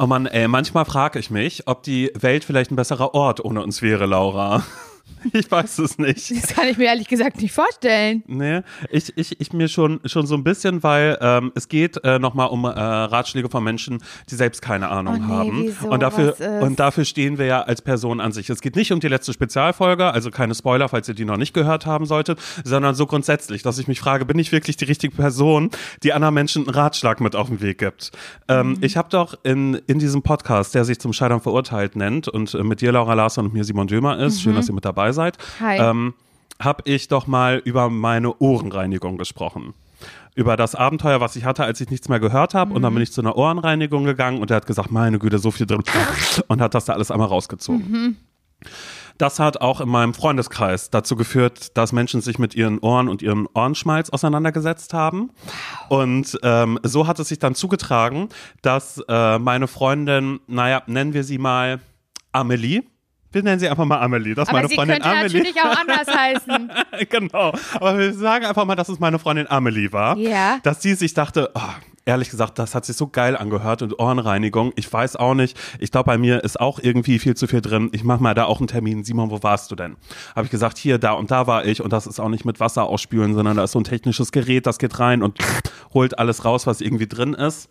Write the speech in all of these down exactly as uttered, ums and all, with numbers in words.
Oh Mann, ey, manchmal frage ich mich, ob die Welt vielleicht ein besserer Ort ohne uns wäre, Laura. Ich weiß es nicht. Das kann ich mir ehrlich gesagt nicht vorstellen. Nee, ich, ich, ich mir schon, schon so ein bisschen, weil ähm, es geht äh, nochmal um äh, Ratschläge von Menschen, die selbst keine Ahnung oh nee, haben. Wieso? Und dafür, Was und dafür stehen wir ja als Person an sich. Es geht nicht um die letzte Spezialfolge, also keine Spoiler, falls ihr die noch nicht gehört haben solltet, sondern so grundsätzlich, dass ich mich frage, bin ich wirklich die richtige Person, die anderen Menschen einen Ratschlag mit auf den Weg gibt? Ähm, mhm. Ich habe doch in, in diesem Podcast, der sich zum Scheitern verurteilt nennt und äh, mit dir, Laura Larsson, und mir Simon Dömer ist, mhm. schön, dass ihr mit dabei seid, ähm, habe ich doch mal über meine Ohrenreinigung gesprochen. Über das Abenteuer, was ich hatte, als ich nichts mehr gehört habe. Mhm. Und dann bin ich zu einer Ohrenreinigung gegangen und der hat gesagt, meine Güte, so viel drin. Und hat das da alles einmal rausgezogen. Mhm. Das hat auch in meinem Freundeskreis dazu geführt, dass Menschen sich mit ihren Ohren und ihren Ohrenschmalz auseinandergesetzt haben. Wow. Und ähm, so hat es sich dann zugetragen, dass äh, meine Freundin, naja, nennen wir sie mal Amelie. Wir nennen sie einfach mal Amelie. Das ist meine Freundin Amelie. Aber sie könnte natürlich auch anders heißen. Genau. Aber wir sagen einfach mal, dass es meine Freundin Amelie war. Ja. Dass sie sich dachte, oh, ehrlich gesagt, das hat sich so geil angehört und Ohrenreinigung. Ich weiß auch nicht. Ich glaube, bei mir ist auch irgendwie viel zu viel drin. Ich mache mal da auch einen Termin. Simon, wo warst du denn? Habe ich gesagt, hier, da und da war ich. Und das ist auch nicht mit Wasser ausspülen, sondern da ist so ein technisches Gerät, das geht rein und holt alles raus, was irgendwie drin ist.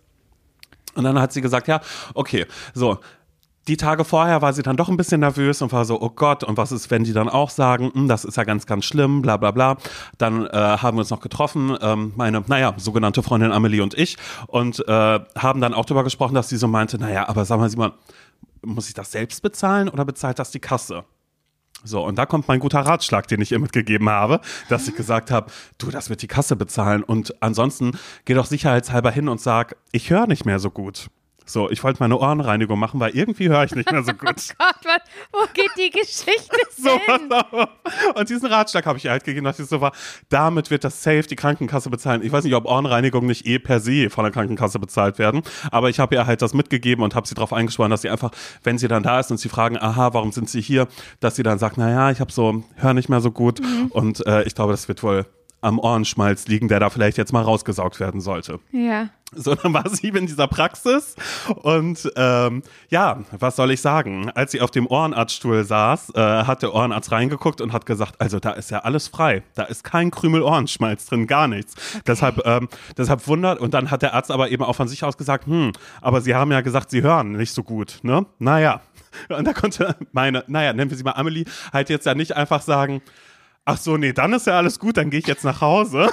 Und dann hat sie gesagt, ja, okay, so. Die Tage vorher war sie dann doch ein bisschen nervös und war so, oh Gott, und was ist, wenn die dann auch sagen, das ist ja ganz, ganz schlimm, bla bla bla. Dann äh, haben wir uns noch getroffen, ähm, meine, naja, sogenannte Freundin Amelie und ich, und äh, haben dann auch darüber gesprochen, dass sie so meinte, naja, aber sag mal, Simon, muss ich das selbst bezahlen oder bezahlt das die Kasse? So, und da kommt mein guter Ratschlag, den ich ihr mitgegeben habe, dass ich gesagt habe, du, das wird die Kasse bezahlen und ansonsten geh doch sicherheitshalber hin und sag, ich höre nicht mehr so gut. So, ich wollte meine Ohrenreinigung machen, weil irgendwie höre ich nicht mehr so gut. Oh Gott, was, wo geht die Geschichte so, hin? Und diesen Ratschlag habe ich ihr halt gegeben, dass ich so war, damit wird das safe die Krankenkasse bezahlen. Ich weiß nicht, ob Ohrenreinigung nicht eh per se von der Krankenkasse bezahlt werden, aber ich habe ihr halt das mitgegeben und habe sie darauf eingeschworen, dass sie einfach, wenn sie dann da ist und sie fragen, aha, warum sind sie hier, dass sie dann sagt, naja, ich habe so, höre nicht mehr so gut mhm. und äh, ich glaube, das wird wohl am Ohrenschmalz liegen, der da vielleicht jetzt mal rausgesaugt werden sollte. Ja. So, dann war sie in dieser Praxis und ähm, ja, was soll ich sagen? Als sie auf dem Ohrenarztstuhl saß, äh, hat der Ohrenarzt reingeguckt und hat gesagt, also da ist ja alles frei, da ist kein Krümel Ohrenschmalz drin, gar nichts. Okay. Deshalb, ähm, deshalb wundert, und dann hat der Arzt aber eben auch von sich aus gesagt, hm, aber Sie haben ja gesagt, Sie hören nicht so gut, ne? Naja, und da konnte meine, naja, nennen wir sie mal Amelie, halt jetzt ja nicht einfach sagen, ach so, nee, dann ist ja alles gut, dann gehe ich jetzt nach Hause.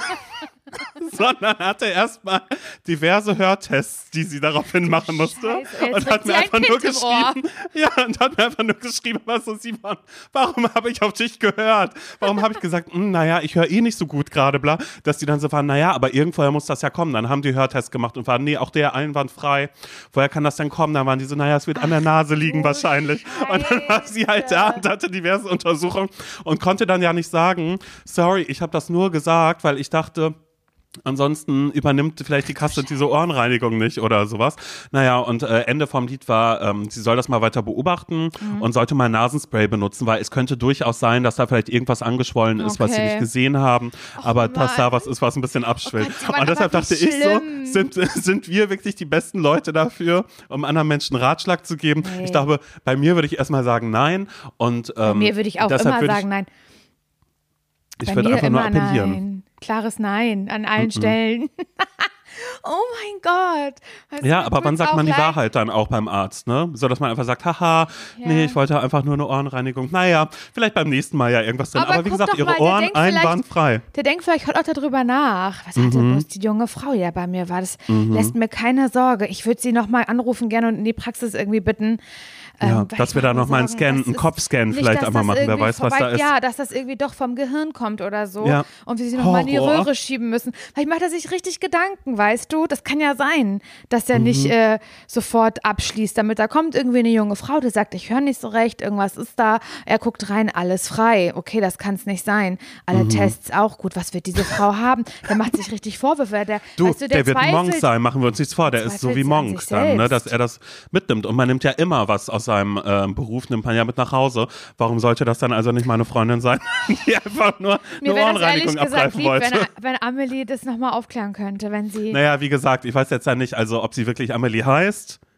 Sondern hatte erstmal diverse Hörtests, die sie daraufhin machen musste. Scheiße, und hat mir ein einfach Kind nur geschrieben, ja, und hat mir einfach nur geschrieben, was so Simon, warum habe ich auf dich gehört? Warum habe ich gesagt, naja, ich höre eh nicht so gut gerade, bla, dass die dann so waren, naja, aber irgendwoher muss das ja kommen. Dann haben die Hörtests gemacht und waren, nee, auch der einwandfrei. Woher kann das denn kommen? Dann waren die so, naja, es wird an der Nase liegen oh, wahrscheinlich. Scheiße. Und dann war sie halt da und hatte diverse Untersuchungen und konnte dann ja nicht sagen, sorry, ich habe das nur gesagt, weil ich dachte, ansonsten übernimmt vielleicht die Kasse diese Ohrenreinigung nicht oder sowas. Naja, und äh, Ende vom Lied war, ähm, sie soll das mal weiter beobachten mhm. und sollte mal Nasenspray benutzen, weil es könnte durchaus sein, dass da vielleicht irgendwas angeschwollen ist, okay. was sie nicht gesehen haben, Och, aber Mann. dass da was ist, was ein bisschen abschwillt. Oh Gott, und deshalb dachte ich so, sind, sind wir wirklich die besten Leute dafür, um anderen Menschen Ratschlag zu geben? Nee. Ich glaube, bei mir würde ich erstmal sagen, nein. Und, ähm, bei mir würde ich auch immer sagen, ich, nein. Ich würde einfach nur appellieren. Nein. Klares Nein an allen mm-mm. Stellen. Oh mein Gott. Also ja, aber wann sagt man die Wahrheit dann auch beim Arzt, ne? So, dass man einfach sagt, haha, ja. nee, ich wollte einfach nur eine Ohrenreinigung. Naja, vielleicht beim nächsten Mal ja irgendwas drin. Aber, aber wie gesagt, ihre mal, Ohren einwandfrei. Der denkt vielleicht heute auch darüber nach. Was hatte Mhm. bloß die junge Frau, die ja bei mir war? Das Mhm. lässt mir keine Sorge. Ich würde sie nochmal anrufen gerne und in die Praxis irgendwie bitten. Ja, ähm, dass wir da nochmal einen Scan, einen Kopfscan vielleicht einmal machen, wer weiß, was da ist. Ja, dass das irgendwie doch vom Gehirn kommt oder so ja. und wir sie nochmal in die Röhre schieben müssen. Vielleicht macht er sich richtig Gedanken, weißt du? Das kann ja sein, dass er mhm. nicht äh, sofort abschließt, damit da kommt irgendwie eine junge Frau, die sagt, ich höre nicht so recht, irgendwas ist da. Er guckt rein, alles frei. Okay, das kann es nicht sein. Alle mhm. Tests auch gut. Was wird diese Frau haben? Der macht sich richtig Vorwürfe. Der, du, weißt du, der, der wird zweifelt, Monk sein, machen wir uns nichts vor. Der ist so wie Monk dann, ne, dass er das mitnimmt. Und man nimmt ja immer was aus seinem äh, Beruf. Beruf nimmt man ja mit nach Hause. Warum sollte das dann also nicht meine Freundin sein, die einfach nur eine Ohrenreinigung abgreifen wollte? Lieb, wenn, wenn Amelie das nochmal aufklären könnte, wenn sie... Naja, wie gesagt, ich weiß jetzt ja nicht, also ob sie wirklich Amelie heißt.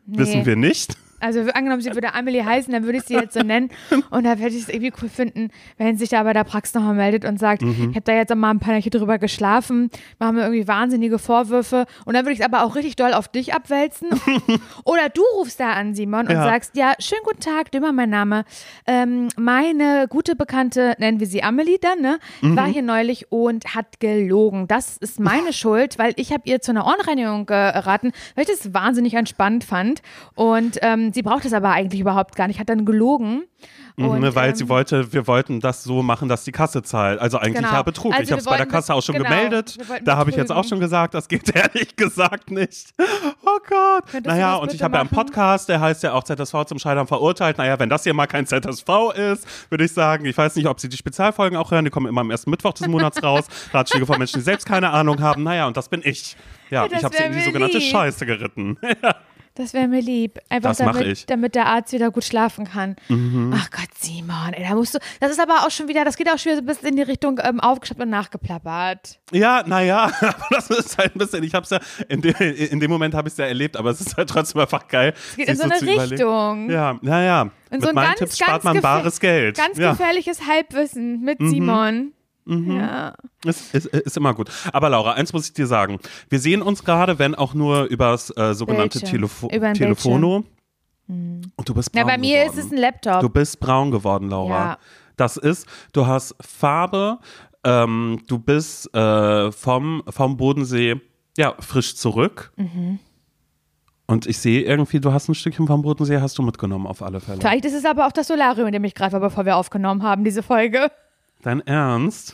Nee. Wissen wir nicht. Also angenommen, sie würde Amelie heißen, dann würde ich sie jetzt so nennen und da würde ich es irgendwie cool finden, wenn sie sich da bei der Praxis nochmal meldet und sagt, mhm. ich habe da jetzt mal ein paar Nächte drüber geschlafen, machen mir irgendwie wahnsinnige Vorwürfe und dann würde ich es aber auch richtig doll auf dich abwälzen. Oder du rufst da an, Simon, und ja. sagst, ja, schönen guten Tag, Dümmer mein Name. Ähm, meine gute Bekannte, nennen wir sie Amelie dann, ne, mhm. war hier neulich und hat gelogen. Das ist meine Schuld, weil ich habe ihr zu einer Ohrenreinigung geraten, weil ich das wahnsinnig entspannt fand und ähm, sie braucht es aber eigentlich überhaupt gar nicht, hat dann gelogen. Und, mhm, weil ähm, sie wollte, wir wollten das so machen, dass die Kasse zahlt. Also eigentlich genau. ja Betrug. Also ich habe es bei der Kasse auch schon genau, gemeldet. Da habe ich jetzt auch schon gesagt, das geht ehrlich gesagt nicht. Oh Gott. Könntest naja, und ich habe ja einen Podcast, der heißt ja auch Z S V zum Scheitern verurteilt. Naja, wenn das hier mal kein Z S V ist, würde ich sagen, ich weiß nicht, ob Sie die Spezialfolgen auch hören, die kommen immer am ersten Mittwoch des Monats raus. Ratschläge von Menschen, die selbst keine Ahnung haben. Naja, und das bin ich. Ja, ja ich habe sie in die sogenannte lieb. Scheiße geritten. Das wäre mir lieb. Einfach das damit, ich. damit der Arzt wieder gut schlafen kann. Mhm. Ach Gott, Simon, ey, da musst du, das ist aber auch schon wieder, das geht auch schon wieder so ein bisschen in die Richtung ähm, aufgeschnappt und nachgeplappert. Ja, naja, aber das ist halt ein bisschen, ich hab's ja, in, de, in dem Moment habe ich es ja erlebt, aber es ist halt trotzdem einfach geil. Es geht in so eine Richtung. Überlegen. Ja, naja, in mit so ein meinen ganz, Tipps ganz spart man bares Geld. Ganz ja. gefährliches Halbwissen mit mhm. Simon. Mhm. Ja. Ist, ist, ist immer gut. Aber Laura, eins muss ich dir sagen. Wir sehen uns gerade, wenn auch nur übers äh, sogenannte Telefo Über Telefono. Hm. Und du bist braun Na, bei mir geworden. ist es ein Laptop. Du bist braun geworden, Laura. Ja. Das ist, du hast Farbe, ähm, du bist äh, vom, vom Bodensee ja, frisch zurück. Mhm. Und ich sehe irgendwie, du hast ein Stückchen vom Bodensee, hast du mitgenommen auf alle Fälle. Vielleicht ist es aber auch das Solarium, in dem ich gerade war, bevor wir aufgenommen haben, diese Folge. Dein Ernst?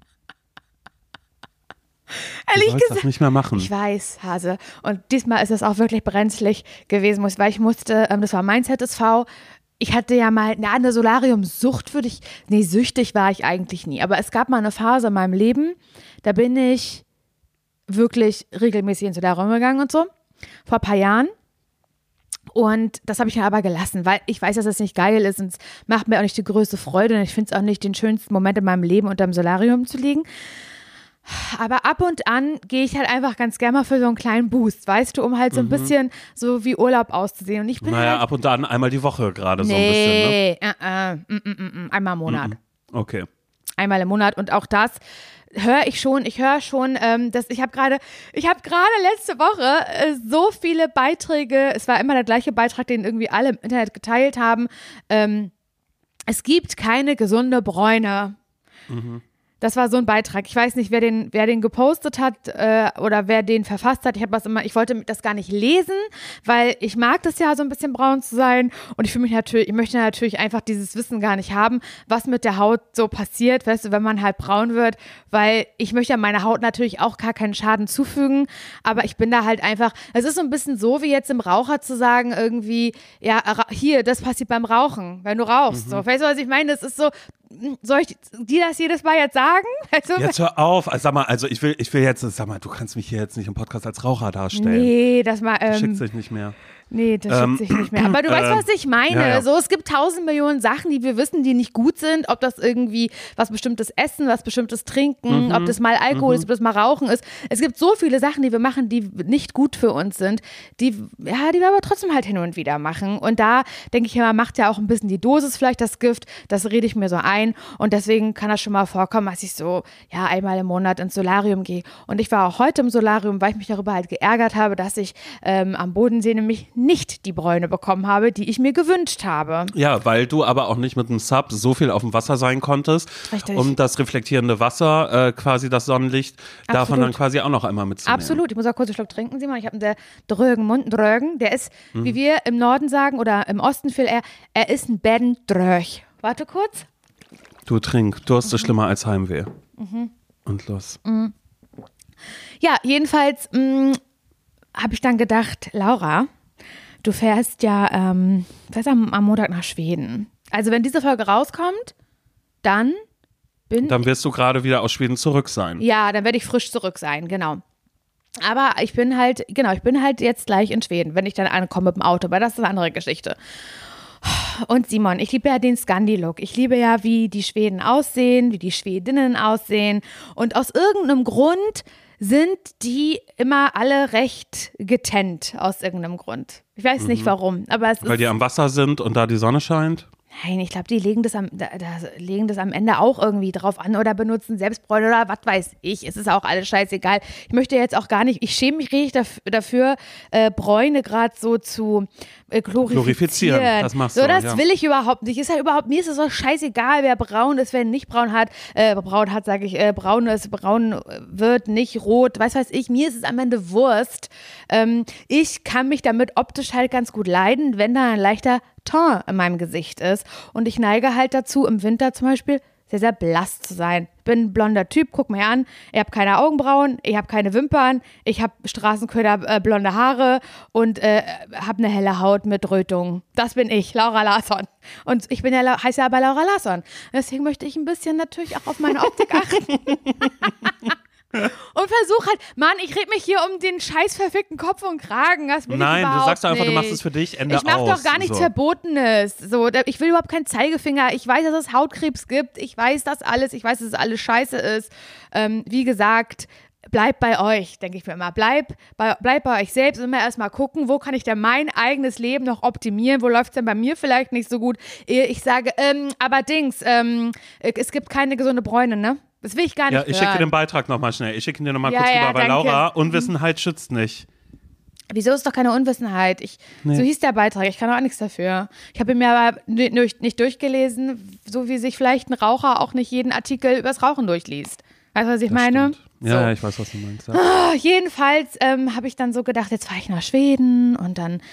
Ehrlich du sollst gesagt, das nicht mehr machen. Ich weiß, Hase. Und diesmal ist es auch wirklich brenzlig gewesen, weil ich musste, ähm, das war mein Z S V, ich hatte ja mal eine andere Solarium-Sucht, würde ich, nee, süchtig war ich eigentlich nie, aber es gab mal eine Phase in meinem Leben, da bin ich wirklich regelmäßig ins Solarium gegangen und so, vor ein paar Jahren. Und das habe ich mir aber gelassen, weil ich weiß, dass das nicht geil ist und es macht mir auch nicht die größte Freude und ich finde es auch nicht den schönsten Moment in meinem Leben, unter dem Solarium zu liegen. Aber ab und an gehe ich halt einfach ganz gerne mal für so einen kleinen Boost, weißt du, um halt so ein mhm. bisschen so wie Urlaub auszusehen. Und ich bin naja, halt, ab und an einmal die Woche gerade nee, so ein bisschen, ne? Uh, uh, mm, mm, mm, einmal im Monat. Mhm. Okay. Einmal im Monat und auch das höre ich schon, ich höre schon, ähm, dass ich habe gerade, ich habe gerade letzte Woche äh, so viele Beiträge, es war immer der gleiche Beitrag, den irgendwie alle im Internet geteilt haben, ähm, es gibt keine gesunde Bräune. Mhm. Das war so ein Beitrag. Ich weiß nicht, wer den, wer den gepostet hat äh, oder wer den verfasst hat. Ich habe was immer, ich wollte das gar nicht lesen, weil ich mag das ja so ein bisschen braun zu sein und ich fühle mich natürlich, ich möchte natürlich einfach dieses Wissen gar nicht haben, was mit der Haut so passiert, weißt du, wenn man halt braun wird, weil ich möchte ja meiner Haut natürlich auch gar keinen Schaden zufügen, aber ich bin da halt einfach, es ist so ein bisschen so wie jetzt im Raucher zu sagen irgendwie, ja, hier, das passiert beim Rauchen, wenn du rauchst. Mhm. So, weißt du, was ich meine? Das ist so, soll ich dir das jedes Mal jetzt sagen? Also, jetzt hör auf. Also, sag mal, also ich will, ich will jetzt, sag mal, du kannst mich hier jetzt nicht im Podcast als Raucher darstellen. Nee, das mal. Ähm, das schickt sich nicht mehr. Nee, das ähm, schickt sich nicht mehr. Aber du ähm, weißt, was ich meine. Ja, ja. So, es gibt tausend Millionen Sachen, die wir wissen, die nicht gut sind. Ob das irgendwie was bestimmtes Essen, was bestimmtes Trinken, mhm. ob das mal Alkohol mhm. ist, ob das mal Rauchen ist. Es gibt so viele Sachen, die wir machen, die nicht gut für uns sind, die, ja, die wir aber trotzdem halt hin und wieder machen. Und da denke ich immer, macht ja auch ein bisschen die Dosis vielleicht das Gift. Das rede ich mir so ein. Und deswegen kann das schon mal vorkommen, dass ich so, ja, einmal im Monat ins Solarium gehe. Und ich war auch heute im Solarium, weil ich mich darüber halt geärgert habe, dass ich ähm, am Bodensee nämlich nicht die Bräune bekommen habe, die ich mir gewünscht habe. Ja, weil du aber auch nicht mit einem Sub so viel auf dem Wasser sein konntest, Richtig. um das reflektierende Wasser, äh, quasi das Sonnenlicht, Absolut. davon dann quasi auch noch einmal mitzunehmen. Absolut, ich muss auch kurz einen Schluck trinken, Simon. Ich habe einen sehr drögen Mund, einen drögen. Der ist, mhm. wie wir im Norden sagen oder im Osten viel eher, er ist ein Beddendröch. Warte kurz. Du trink, Durst ist mhm. schlimmer als Heimweh. Mhm. Und los. Mhm. Ja, jedenfalls habe ich dann gedacht, Laura, du fährst ja ähm, fährst am, am Montag nach Schweden. Also wenn diese Folge rauskommt, dann bin Dann wirst du gerade wieder aus Schweden zurück sein. Ja, dann werde ich frisch zurück sein, genau. Aber ich bin halt, genau, ich bin halt jetzt gleich in Schweden, wenn ich dann ankomme mit dem Auto, weil das ist eine andere Geschichte. Und Simon, ich liebe ja den Scandi-Look. Ich liebe ja, wie die Schweden aussehen, wie die Schwedinnen aussehen. Und aus irgendeinem Grund sind die immer alle recht getennt aus irgendeinem Grund. Ich weiß mhm. nicht warum, aber es Weil ist, die am Wasser sind und da die Sonne scheint? Nein, ich glaube, die legen das, am, da, da legen das am Ende auch irgendwie drauf an oder benutzen Selbstbräune oder was weiß ich. Es ist auch alles scheißegal. Ich möchte jetzt auch gar nicht, ich schäme mich richtig dafür, dafür äh, Bräune gerade so zu äh, glorifizieren. glorifizieren. Das machst so, du, das ja. will ich überhaupt nicht. Ist halt überhaupt, mir ist es auch scheißegal, wer braun ist, wer nicht braun hat. Äh, braun hat, sage ich, äh, braun ist, braun wird, nicht rot, weiß weiß ich. Mir ist es am Ende Wurst. Ähm, ich kann mich damit optisch halt ganz gut leiden, wenn da ein leichter Teint in meinem Gesicht ist. Und ich neige halt dazu, im Winter zum Beispiel sehr, sehr blass zu sein. Ich bin ein blonder Typ, guck mir an. Ich habe keine Augenbrauen, ich habe keine Wimpern, ich habe Straßenköder äh, blonde Haare und äh, habe eine helle Haut mit Rötungen. Das bin ich, Laura Larsson. Und ich bin ja, heiße ja aber Laura Larsson. Deswegen möchte ich ein bisschen natürlich auch auf meine Optik achten. Und versuch halt, Mann, ich rede mich hier um den scheiß verfickten Kopf und Kragen. Das will Nein, ich überhaupt du sagst doch einfach, nicht. du machst es für dich, Ende aus. Ich mach doch gar nichts so. Verbotenes. So, ich will überhaupt keinen Zeigefinger. Ich weiß, dass es Hautkrebs gibt. Ich weiß das alles. Ich weiß, dass es alles scheiße ist. Ähm, wie gesagt, bleibt bei euch, denke ich mir immer. Bleib bei, bleib bei euch selbst und immer erstmal gucken, wo kann ich denn mein eigenes Leben noch optimieren? Wo läuft es denn bei mir vielleicht nicht so gut? Ich sage, ähm, aber Dings, ähm, es gibt keine gesunde Bräune, ne? Das will ich gar nicht Ja, ich hören. schicke den Beitrag nochmal schnell. Ich schicke ihn dir nochmal ja, kurz ja, rüber, weil danke. Laura, Unwissenheit schützt nicht. Wieso ist doch keine Unwissenheit? Ich, nee. So hieß der Beitrag, ich kann auch nichts dafür. Ich habe ihn mir aber nicht durchgelesen, so wie sich vielleicht ein Raucher auch nicht jeden Artikel übers Rauchen durchliest. Weißt du, was ich Das meine? Stimmt. Ja, so. ja, ich weiß, was du meinst. Ja. Ah, jedenfalls ähm, habe ich dann so gedacht, jetzt fahre ich nach Schweden und dann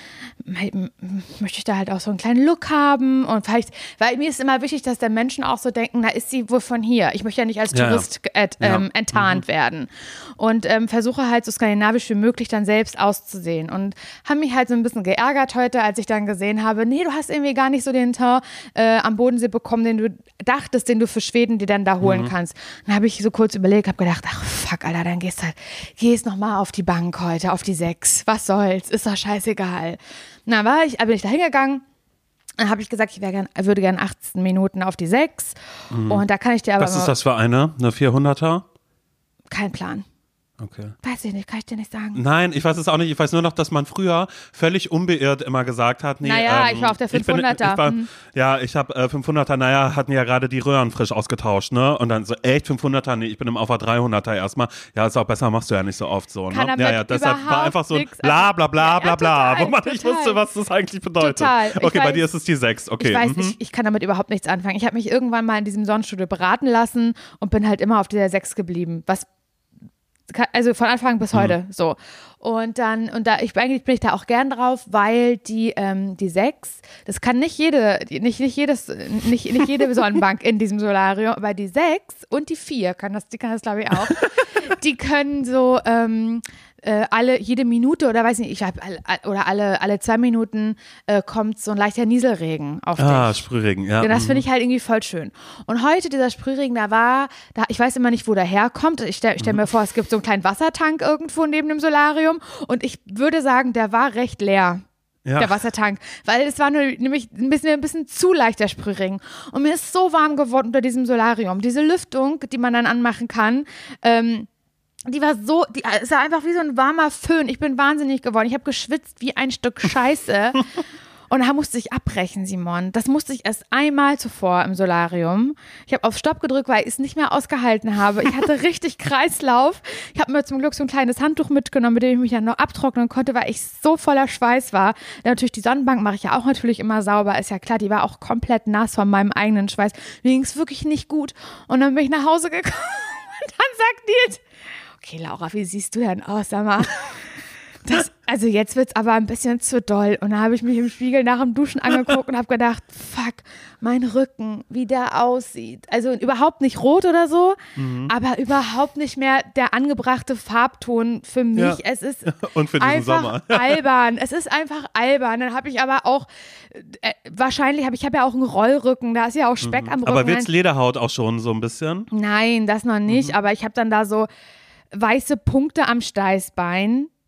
m- m- möchte ich da halt auch so einen kleinen Look haben und vielleicht, weil mir ist immer wichtig, dass der Menschen auch so denken, na ist sie wohl von hier. Ich möchte ja nicht als ja, Tourist ja. äh, ähm, ja. enttarnt mhm. werden und ähm, versuche halt so skandinavisch wie möglich dann selbst auszusehen und habe mich halt so ein bisschen geärgert heute, als ich dann gesehen habe, nee, du hast irgendwie gar nicht so den Teint äh, am Bodensee bekommen, den du dachtest, den du für Schweden dir dann da holen mhm. kannst. Dann habe ich so kurz überlegt, habe gedacht, ach fuck, Alter, dann gehst halt, gehst nochmal auf die Bank heute, auf die sechs. Was soll's? Ist doch scheißegal. Na, war ich, bin ich da hingegangen. Dann habe ich gesagt, ich gern, würde gerne achtzehn Minuten auf die sechs. Mhm. Und da kann ich dir aber. Was ist das für eine? Eine vierhunderter? Kein Plan. Okay. Weiß ich nicht, kann ich dir nicht sagen. Nein, ich weiß es auch nicht. Ich weiß nur noch, dass man früher völlig unbeirrt immer gesagt hat, nee, naja, ähm, ich war auf der fünfhunderter. Ich bin, ich war, mhm. Ja, ich habe äh, fünfhunderter, naja, hatten ja gerade die Röhren frisch ausgetauscht, ne? Und dann so, echt fünfhunderter, nee, ich bin im auf der dreihunderter erstmal. Ja, ist auch besser, machst du ja nicht so oft so, ne? Kann Ja, ja, deshalb war einfach so ein bla bla bla bla bla, ja, ja, wo man nicht wusste, was das eigentlich bedeutet. Total. Okay, ich bei weiß, dir ist es die sechs, okay. Ich weiß, mhm. ich, ich kann damit überhaupt nichts anfangen. Ich habe mich irgendwann mal in diesem Sonnenstudio beraten lassen und bin halt immer auf dieser sechs geblieben, was also von Anfang bis heute mhm. so. Und dann, und da, ich eigentlich bin ich da auch gern drauf, weil die, ähm, die sechs, das kann nicht jede, nicht, nicht jedes, nicht, nicht jede Sonnenbank in diesem Solarium, aber die sechs und die vier kann das, die kann das glaube ich auch. Die können so, ähm, äh, alle, jede Minute oder weiß nicht, ich habe oder alle, alle zwei Minuten äh, kommt so ein leichter Nieselregen auf dich. Ah, Sprühregen, ja. Und das finde ich halt irgendwie voll schön. Und heute dieser Sprühregen, da war, da, ich weiß immer nicht, wo der herkommt. Ich stelle stell mir vor, es gibt so einen kleinen Wassertank irgendwo neben dem Solarium und ich würde sagen, der war recht leer. Ja. Der Wassertank, weil es war nur nämlich ein bisschen, ein bisschen zu leicht, der Sprühregen. Und mir ist so warm geworden unter diesem Solarium. Diese Lüftung, die man dann anmachen kann, ähm, die war so, die, es war einfach wie so ein warmer Föhn. Ich bin wahnsinnig geworden. Ich habe geschwitzt wie ein Stück Scheiße. Und da musste ich abbrechen, Simon. Das musste ich erst einmal zuvor im Solarium. Ich habe auf Stopp gedrückt, weil ich es nicht mehr ausgehalten habe. Ich hatte richtig Kreislauf. Ich habe mir zum Glück so ein kleines Handtuch mitgenommen, mit dem ich mich dann noch abtrocknen konnte, weil ich so voller Schweiß war. Dann natürlich die Sonnenbank mache ich ja auch natürlich immer sauber. Ist ja klar, die war auch komplett nass von meinem eigenen Schweiß. Mir ging es wirklich nicht gut. Und dann bin ich nach Hause gekommen und dann sagt Nils, okay, Laura, wie siehst du denn aus? Sag mal, das, also jetzt wird's aber ein bisschen zu doll. Und dann habe ich mich im Spiegel nach dem Duschen angeguckt und habe gedacht, fuck, mein Rücken, wie der aussieht. Also überhaupt nicht rot oder so, mhm. aber überhaupt nicht mehr der angebrachte Farbton für mich. Ja. Es ist und für diesen einfach Sommer. albern. Es ist einfach albern. Dann habe ich aber auch, äh, wahrscheinlich habe ich habe ja auch einen Rollrücken, da ist ja auch Speck mhm. am Rücken. Aber willst Lederhaut auch schon so ein bisschen? Nein, das noch nicht, mhm. aber ich habe dann da so weiße Punkte am Steißbein.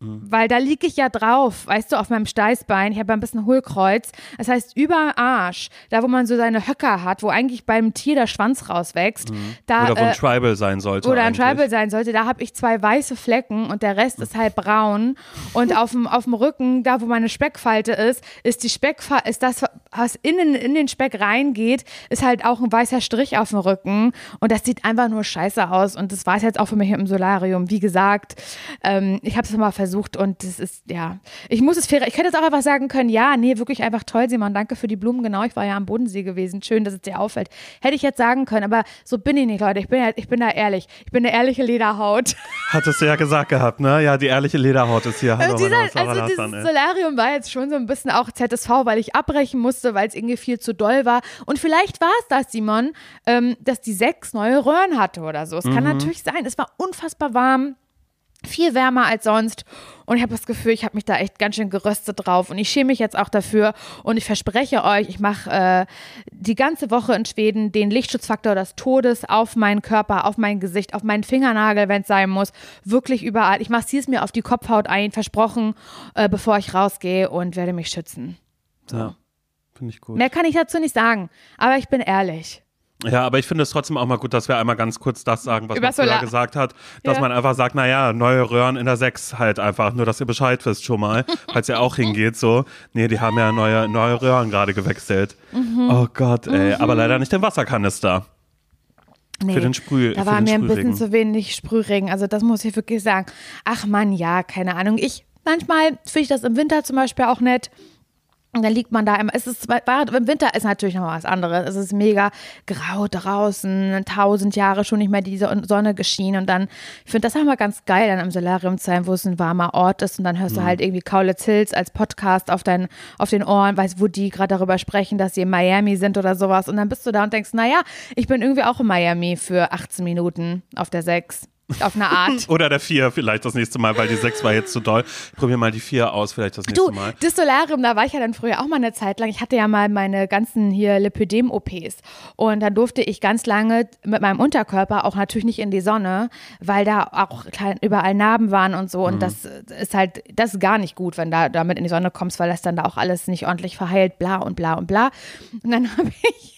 Weil da liege ich ja drauf, weißt du, auf meinem Steißbein. Ich habe ein bisschen Hohlkreuz. Das heißt, über Arsch, da wo man so seine Höcker hat, wo eigentlich beim Tier der Schwanz rauswächst. Mhm. Da, oder wo ein äh, Tribal sein sollte. Oder ein eigentlich. Tribal sein sollte. Da habe ich zwei weiße Flecken und der Rest ist halt braun. Und auf dem, auf dem Rücken, da wo meine Speckfalte ist, ist die Speckfalte, ist das, was innen in den Speck reingeht, ist halt auch ein weißer Strich auf dem Rücken. Und das sieht einfach nur scheiße aus. Und das war es jetzt auch für mich im Solarium. Wie gesagt, ähm, ich habe es mal versucht. Und das ist, ja, ich muss es fair, ich hätte jetzt auch einfach sagen können, ja, nee, wirklich einfach toll, Simon, danke für die Blumen, genau, ich war ja am Bodensee gewesen, schön, dass es dir auffällt. Hätte ich jetzt sagen können, aber so bin ich nicht, Leute, ich bin, ich bin da ehrlich, ich bin eine ehrliche Lederhaut. Hattest du ja gesagt gehabt, ne? Ja, die ehrliche Lederhaut ist hier. Hallo, Dieser, hallo, Sarah also dieses Lassan, Solarium war jetzt schon so ein bisschen auch Z S V, weil ich abbrechen musste, weil es irgendwie viel zu doll war. Und vielleicht war es das, Simon, ähm, dass die sechs neue Röhren hatte oder so. Es kann Mhm. natürlich sein, es war unfassbar warm. Viel wärmer als sonst und ich habe das Gefühl, ich habe mich da echt ganz schön geröstet drauf und ich schäme mich jetzt auch dafür und ich verspreche euch, ich mache äh, die ganze Woche in Schweden den Lichtschutzfaktor des Todes auf meinen Körper, auf mein Gesicht, auf meinen Fingernagel, wenn es sein muss, wirklich überall. Ich massiere es mir auf die Kopfhaut ein, versprochen, äh, bevor ich rausgehe und werde mich schützen. So. Ja, finde ich gut. Mehr kann ich dazu nicht sagen, aber ich bin ehrlich. Ja, aber ich finde es trotzdem auch mal gut, dass wir einmal ganz kurz das sagen, was Über man früher Solar- gesagt hat, dass Ja. man einfach sagt, naja, neue Röhren in der sechs halt einfach, nur dass ihr Bescheid wisst schon mal, falls ihr auch hingeht, so, nee, die haben ja neue, neue Röhren gerade gewechselt. Mhm. Oh Gott, ey, aber leider nicht den Wasserkanister. Nee, Für den Sprüh, da für war den mir ein Sprühregen. bisschen zu wenig Sprühregen. Also das muss ich wirklich sagen. Ach Mann, ja, keine Ahnung. Ich, manchmal finde ich das im Winter zum Beispiel auch nett. Und dann liegt man da immer, es ist, war, im Winter ist natürlich noch mal was anderes. Es ist mega grau draußen, tausend Jahre schon nicht mehr die Sonne geschienen. Und dann, ich finde das auch mal ganz geil, dann im Solarium zu sein, wo es ein warmer Ort ist. Und dann hörst du halt irgendwie Kaulitz Hills als Podcast auf, dein, auf den Ohren, weißt, wo die gerade darüber sprechen, dass sie in Miami sind oder sowas. Und dann bist du da und denkst, naja, ich bin irgendwie auch in Miami für achtzehn Minuten auf der sechs. Auf eine Art. Oder der vier vielleicht das nächste Mal, weil die sechs war jetzt zu doll. Ich probiere mal die vier aus, vielleicht das nächste Du, Mal. das Solarium, da war ich ja dann früher auch mal eine Zeit lang. Ich hatte ja mal meine ganzen hier Lipödem-O Ps und dann durfte ich ganz lange mit meinem Unterkörper auch natürlich nicht in die Sonne, weil da auch klein, überall Narben waren und so und mhm. das ist halt, das ist gar nicht gut, wenn du damit in die Sonne kommst, weil das dann da auch alles nicht ordentlich verheilt, bla und bla und bla. Und dann habe ich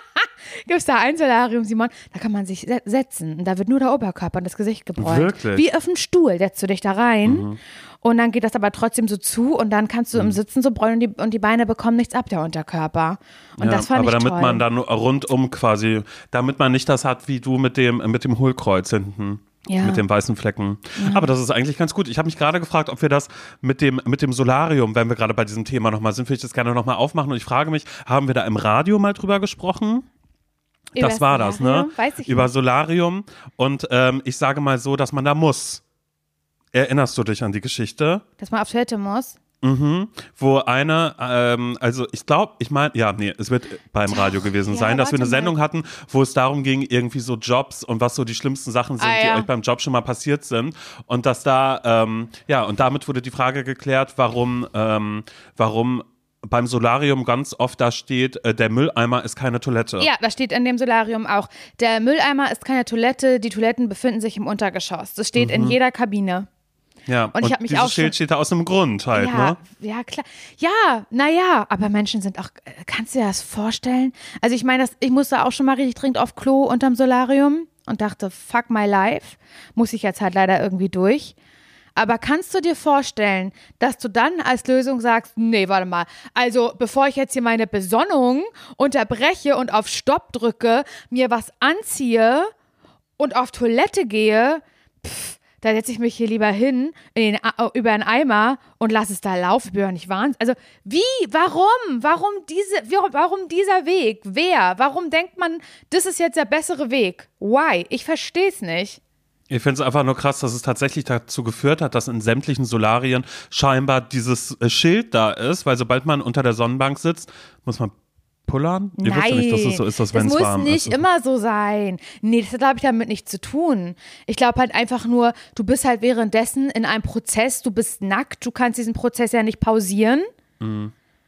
gibt es da ein Solarium, Simon, da kann man sich se- setzen und da wird nur der Oberkörper und das Gesicht gebräunt. Wirklich? Wie auf einen Stuhl setzt du dich da rein Mhm. und dann geht das aber trotzdem so zu und dann kannst du Mhm. im Sitzen so bräunen und die, und die Beine bekommen nichts ab, der Unterkörper. Und Ja, das fand aber ich damit toll. man dann rundum quasi, damit man nicht das hat wie du mit dem, mit dem Hohlkreuz hinten. Ja. Mit den weißen Flecken. Aber das ist eigentlich ganz gut. Ich habe mich gerade gefragt, ob wir das mit dem, mit dem Solarium, wenn wir gerade bei diesem Thema nochmal sind, würde ich das gerne nochmal aufmachen. Und ich frage mich, haben wir da im Radio mal drüber gesprochen? Über Das war das, ne? Solarium? Weiß ich Über nicht. Solarium. Und ähm, ich sage mal so, dass man da muss. Erinnerst du dich an die Geschichte? Dass man auf Toilette muss. Mhm. Wo eine, ähm, also ich glaube, ich meine, ja, nee, es wird beim Radio gewesen ja, sein, dass wir eine warte mal. Sendung hatten, wo es darum ging, irgendwie so Jobs und was so die schlimmsten Sachen sind, Ah, die ja. euch beim Job schon mal passiert sind. Und dass da, ähm, ja, und damit wurde die Frage geklärt, warum, ähm, warum beim Solarium ganz oft da steht, äh, der Mülleimer ist keine Toilette. Ja, das steht in dem Solarium auch. Der Mülleimer ist keine Toilette, die Toiletten befinden sich im Untergeschoss. Das steht Mhm. in jeder Kabine. Ja, Und ich hab mich dieses auch Schild schon- steht da aus einem Grund halt, ja, ne? ja, klar. Ja, naja, aber Menschen sind auch, äh, kannst du dir das vorstellen? Also ich meine, das- ich musste auch schon mal richtig dringend auf Klo unterm Solarium und dachte, fuck my life, muss ich jetzt halt leider irgendwie durch. Aber kannst du dir vorstellen, dass du dann als Lösung sagst, nee, warte mal, also bevor ich jetzt hier meine Besonnung unterbreche und auf Stopp drücke, mir was anziehe und auf Toilette gehe, pff, da setze ich mich hier lieber hin, in den, A- über einen Eimer und lasse es da laufen. Ich bin doch nicht wahnsinnig. Also wie, warum? Warum, diese, wie- warum dieser Weg? Wer? Warum denkt man, das ist jetzt der bessere Weg? Why? Ich verstehe es nicht. Ich finde es einfach nur krass, dass es tatsächlich dazu geführt hat, dass in sämtlichen Solarien scheinbar dieses äh, Schild da ist, weil sobald man unter der Sonnenbank sitzt, muss man pullern. Ihr wisst ja nicht, dass es so ist, dass wenn es das muss warm nicht ist. immer so sein. Nee, das hat, glaube ich, damit nichts zu tun. Ich glaube halt einfach nur, du bist halt währenddessen in einem Prozess, du bist nackt, du kannst diesen Prozess ja nicht pausieren. Mhm.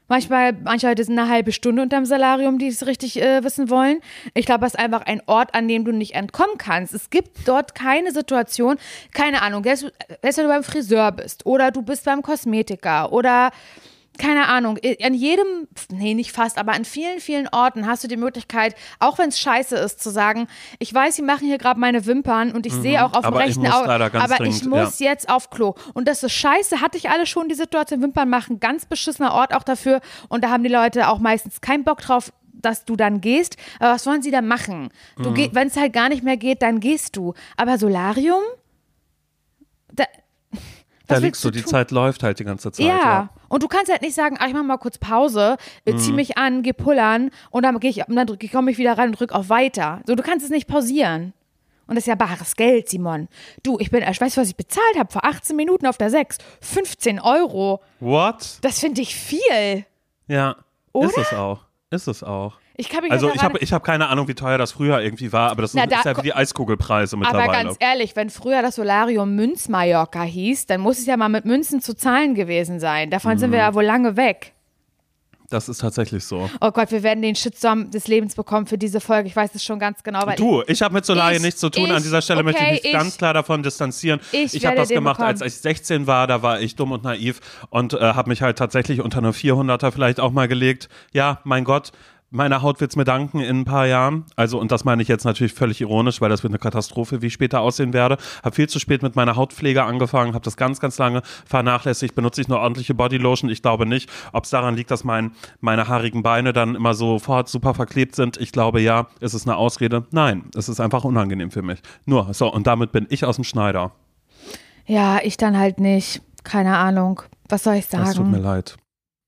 Manchmal, manche Leute sind eine halbe Stunde unterm Solarium, die es richtig äh, wissen wollen. Ich glaube, es ist einfach ein Ort, an dem du nicht entkommen kannst. Es gibt dort keine Situation, keine Ahnung, selbst wenn du beim Friseur bist oder du bist beim Kosmetiker oder keine Ahnung, an jedem, nee, nicht fast, aber an vielen, vielen Orten hast du die Möglichkeit, auch wenn es scheiße ist, zu sagen, ich weiß, sie machen hier gerade meine Wimpern und ich mhm, sehe auch auf dem rechten Auge, aber dringend, ich muss ja. jetzt auf Klo. Und das ist scheiße, hatte ich alle schon die Situation, Wimpern machen, ganz beschissener Ort auch dafür und da haben die Leute auch meistens keinen Bock drauf, dass du dann gehst, aber was wollen sie da machen? Du mhm. wenn es halt gar nicht mehr geht, dann gehst du. Aber Solarium? Da Da liegst du, die tun? Zeit läuft halt die ganze Zeit. Ja, ja. Und du kannst halt nicht sagen, ach, ich mach mal kurz Pause, mhm. zieh mich an, geh pullern und dann, geh ich, dann komme ich wieder rein und drück auf Weiter. So, du kannst es nicht pausieren. Und das ist ja bares Geld, Simon. Du, ich bin, ich weiß, was ich bezahlt habe vor achtzehn Minuten auf der sechs. fünfzehn Euro. What? Das finde ich viel. Ja, oder? Ist es auch. Ist es auch. Ich kann mich also ich habe ich hab keine Ahnung, wie teuer das früher irgendwie war, aber das Na, ist, da, ist ja wie die Eiskugelpreise mittlerweile. Aber ganz ehrlich, wenn früher das Solarium Münz-Mallorca hieß, dann muss es ja mal mit Münzen zu zahlen gewesen sein. Davon mhm. sind wir ja wohl lange weg. Das ist tatsächlich so. Oh Gott, wir werden den Shitstorm des Lebens bekommen für diese Folge. Ich weiß es schon ganz genau. Weil du, ich habe mit Solarien nichts zu tun. Ich, An dieser Stelle okay, möchte ich mich ich, ganz klar davon distanzieren. Ich, ich habe das gemacht, bekommen. als ich sechzehn war. Da war ich dumm und naiv und äh, habe mich halt tatsächlich unter eine vierhunderter vielleicht auch mal gelegt. Ja, mein Gott. Meine Haut wird's mir danken in ein paar Jahren. Also, und das meine ich jetzt natürlich völlig ironisch, weil das wird eine Katastrophe, wie ich später aussehen werde. Habe viel zu spät mit meiner Hautpflege angefangen, habe das ganz, ganz lange vernachlässigt. Benutze ich nur ordentliche Bodylotion? Ich glaube nicht. Ob es daran liegt, dass mein, meine haarigen Beine dann immer sofort super verklebt sind? Ich glaube ja. Ist es eine Ausrede? Nein, es ist einfach unangenehm für mich. Nur, so, und damit bin ich aus dem Schneider. Ja, ich dann halt nicht. Keine Ahnung. Was soll ich sagen? Es tut mir leid.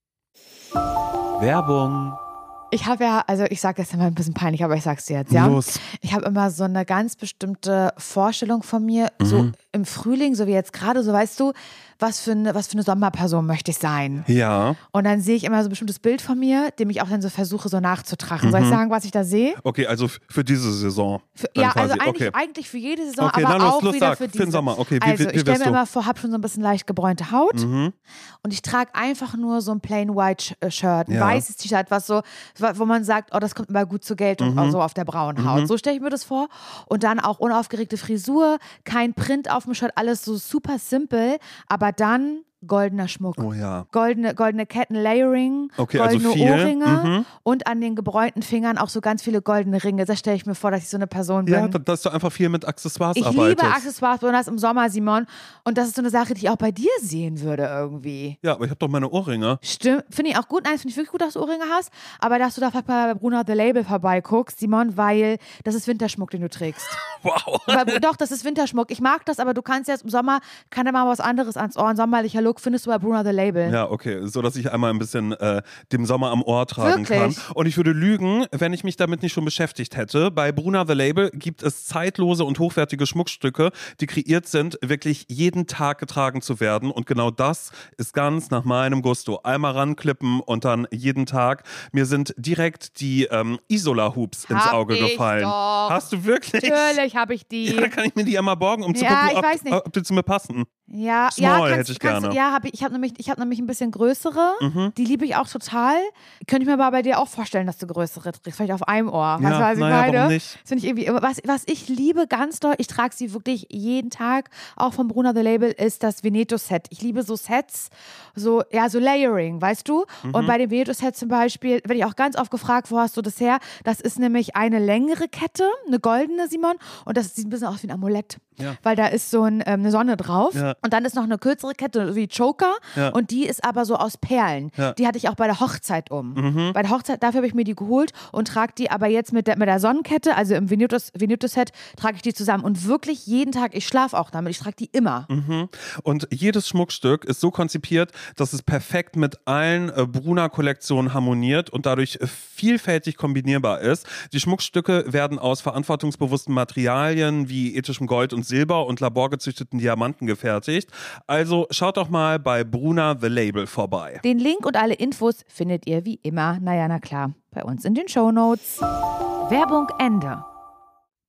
Werbung. Ich habe ja, also ich sage jetzt immer ein bisschen peinlich, aber ich sag's dir jetzt, ja. Los. Ich habe immer so eine ganz bestimmte Vorstellung von mir, mhm. so im Frühling, so wie jetzt gerade, so weißt du, was für eine, was für eine Sommerperson möchte ich sein. Ja. Und dann sehe ich immer so ein bestimmtes Bild von mir, dem ich auch dann so versuche, so nachzutragen. Mhm. Soll ich sagen, was ich da sehe? Okay, also für diese Saison. Für, ja, quasi. also eigentlich, okay. eigentlich für jede Saison, okay, aber dann auch los, wieder sag, für diese. Für den Sommer, okay. Wie, also wie, wie ich stelle mir du? immer vor, habe schon so ein bisschen leicht gebräunte Haut mhm. und ich trage einfach nur so ein plain white Shirt, ein ja. weißes T-Shirt, was so, wo man sagt, oh, das kommt immer gut zur Geltung, mhm. so auf der braunen Haut. Mhm. So stelle ich mir das vor. Und dann auch unaufgeregte Frisur, kein Print auf dem Shirt, alles so super simpel, aber dann goldener Schmuck. Oh ja. Goldene, goldene Ketten, Layering, okay, goldene also viel. Ohrringe mhm. und an den gebräunten Fingern auch so ganz viele goldene Ringe. Das stelle ich mir vor, dass ich so eine Person bin. Ja, dass du einfach viel mit Accessoires ich arbeitest. Ich liebe Accessoires, besonders im Sommer, Simon. Und das ist so eine Sache, die ich auch bei dir sehen würde irgendwie. Ja, aber ich habe doch meine Ohrringe. Stimmt. Finde ich auch gut. Nein, finde ich wirklich gut, dass du Ohrringe hast. Aber dass du da vielleicht mal bei Bruna The Label vorbeiguckst, Simon, weil das ist Winterschmuck, den du trägst. Wow. Aber, doch, das ist Winterschmuck. Ich mag das, aber du kannst jetzt im Sommer, kann da mal was anderes ans Ohr. Ein sommerlicher Look findest du bei Bruna The Label. Ja, okay. So, dass ich einmal ein bisschen äh, dem Sommer am Ohr tragen Wirklich? kann. Und ich würde lügen, wenn ich mich damit nicht schon beschäftigt hätte. Bei Bruna The Label gibt es zeitlose und hochwertige Schmuckstücke, die kreiert sind, wirklich jeden Tag getragen zu werden. Und genau das ist ganz nach meinem Gusto. Einmal ranklippen und dann jeden Tag. Mir sind direkt die ähm, Isola-Hoops ins Auge ich gefallen. Doch. Hast du wirklich? Natürlich habe ich die. Ja, dann kann ich mir die einmal borgen, um zu ja, gucken, ich weiß nicht. ob, ob die zu mir passen. Ja, Small ja, kannst, hätte ich kannst, gerne. Ja, hab ich, ich habe nämlich, ich hab nämlich ein bisschen größere. Mhm. Die liebe ich auch total. Könnte ich mir aber bei dir auch vorstellen, dass du größere trägst. Vielleicht auf einem Ohr. Ja, weißt du, was ich naja, meine? warum nicht? Das finde ich irgendwie, was, was ich liebe ganz doll, ich trage sie wirklich jeden Tag, auch von Bruna The Label, ist das Veneto-Set. Ich liebe so Sets, so, ja, so Layering, weißt du? Mhm. Und bei dem Veneto-Set zum Beispiel, werde ich auch ganz oft gefragt, wo hast du das her? Das ist nämlich eine längere Kette, eine goldene, Simon, und das sieht ein bisschen aus wie ein Amulett. Ja. Weil da ist so ein, ähm, eine Sonne drauf. Ja. Und dann ist noch eine kürzere Kette wie Choker. Ja. Und die ist aber so aus Perlen. Ja. Die hatte ich auch bei der Hochzeit um. Mhm. Bei der Hochzeit, dafür habe ich mir die geholt und trage die aber jetzt mit der, mit der Sonnenkette, also im Veneto-Set, trage ich die zusammen. Und wirklich jeden Tag, ich schlafe auch damit, ich trage die immer. Mhm. Und jedes Schmuckstück ist so konzipiert, dass es perfekt mit allen äh, Bruna-Kollektionen harmoniert und dadurch äh, vielfältig kombinierbar ist. Die Schmuckstücke werden aus verantwortungsbewussten Materialien wie ethischem Gold und Silber und laborgezüchteten Diamanten gefertigt. Also schaut doch mal bei Bruna The Label vorbei. Den Link und alle Infos findet ihr wie immer, naja, na klar, bei uns in den Shownotes. Werbung Ende.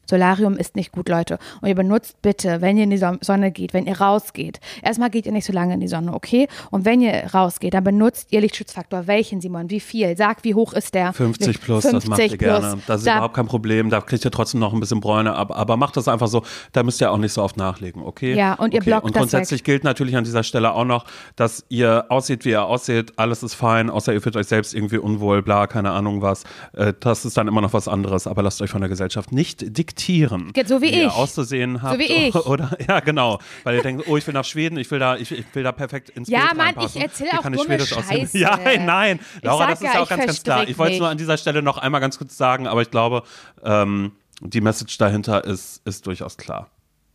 Solarium ist nicht gut, Leute. Und ihr benutzt bitte, wenn ihr in die Sonne geht, wenn ihr rausgeht, erstmal geht ihr nicht so lange in die Sonne, okay? Und wenn ihr rausgeht, dann benutzt ihr Lichtschutzfaktor. Welchen, Simon? Wie viel? Sag, wie hoch ist der? fünfzig plus, fünfzig das macht ihr plus. Gerne. Das ist da, überhaupt kein Problem. Da kriegt ihr trotzdem noch ein bisschen Bräune, aber, aber macht das einfach so. Da müsst ihr auch nicht so oft nachlegen, okay? Ja, und ihr okay. blockt Und das grundsätzlich weg. gilt natürlich an dieser Stelle auch noch, dass ihr aussieht, wie ihr aussieht. Alles ist fein, außer ihr fühlt euch selbst irgendwie unwohl, bla, keine Ahnung was. Das ist dann immer noch was anderes, aber lasst euch von der Gesellschaft nicht diktieren. Geht so wie, wie ich. ihr auszusehen habt. So wie ich. Oder, ja, genau. Weil ihr denkt, oh, ich will nach Schweden, ich will da, ich, ich will da perfekt ins Ja, Bild Mann, reinpassen. ich erzähle Wie auch kann ich dumme Schwedisch aussehen? Scheiße. Ja, nein. Laura, sag das ist ja, ja auch ich ganz, ganz klar. Ich wollte es nur an dieser Stelle noch einmal ganz kurz sagen, aber ich glaube, ähm, die Message dahinter ist, ist durchaus klar.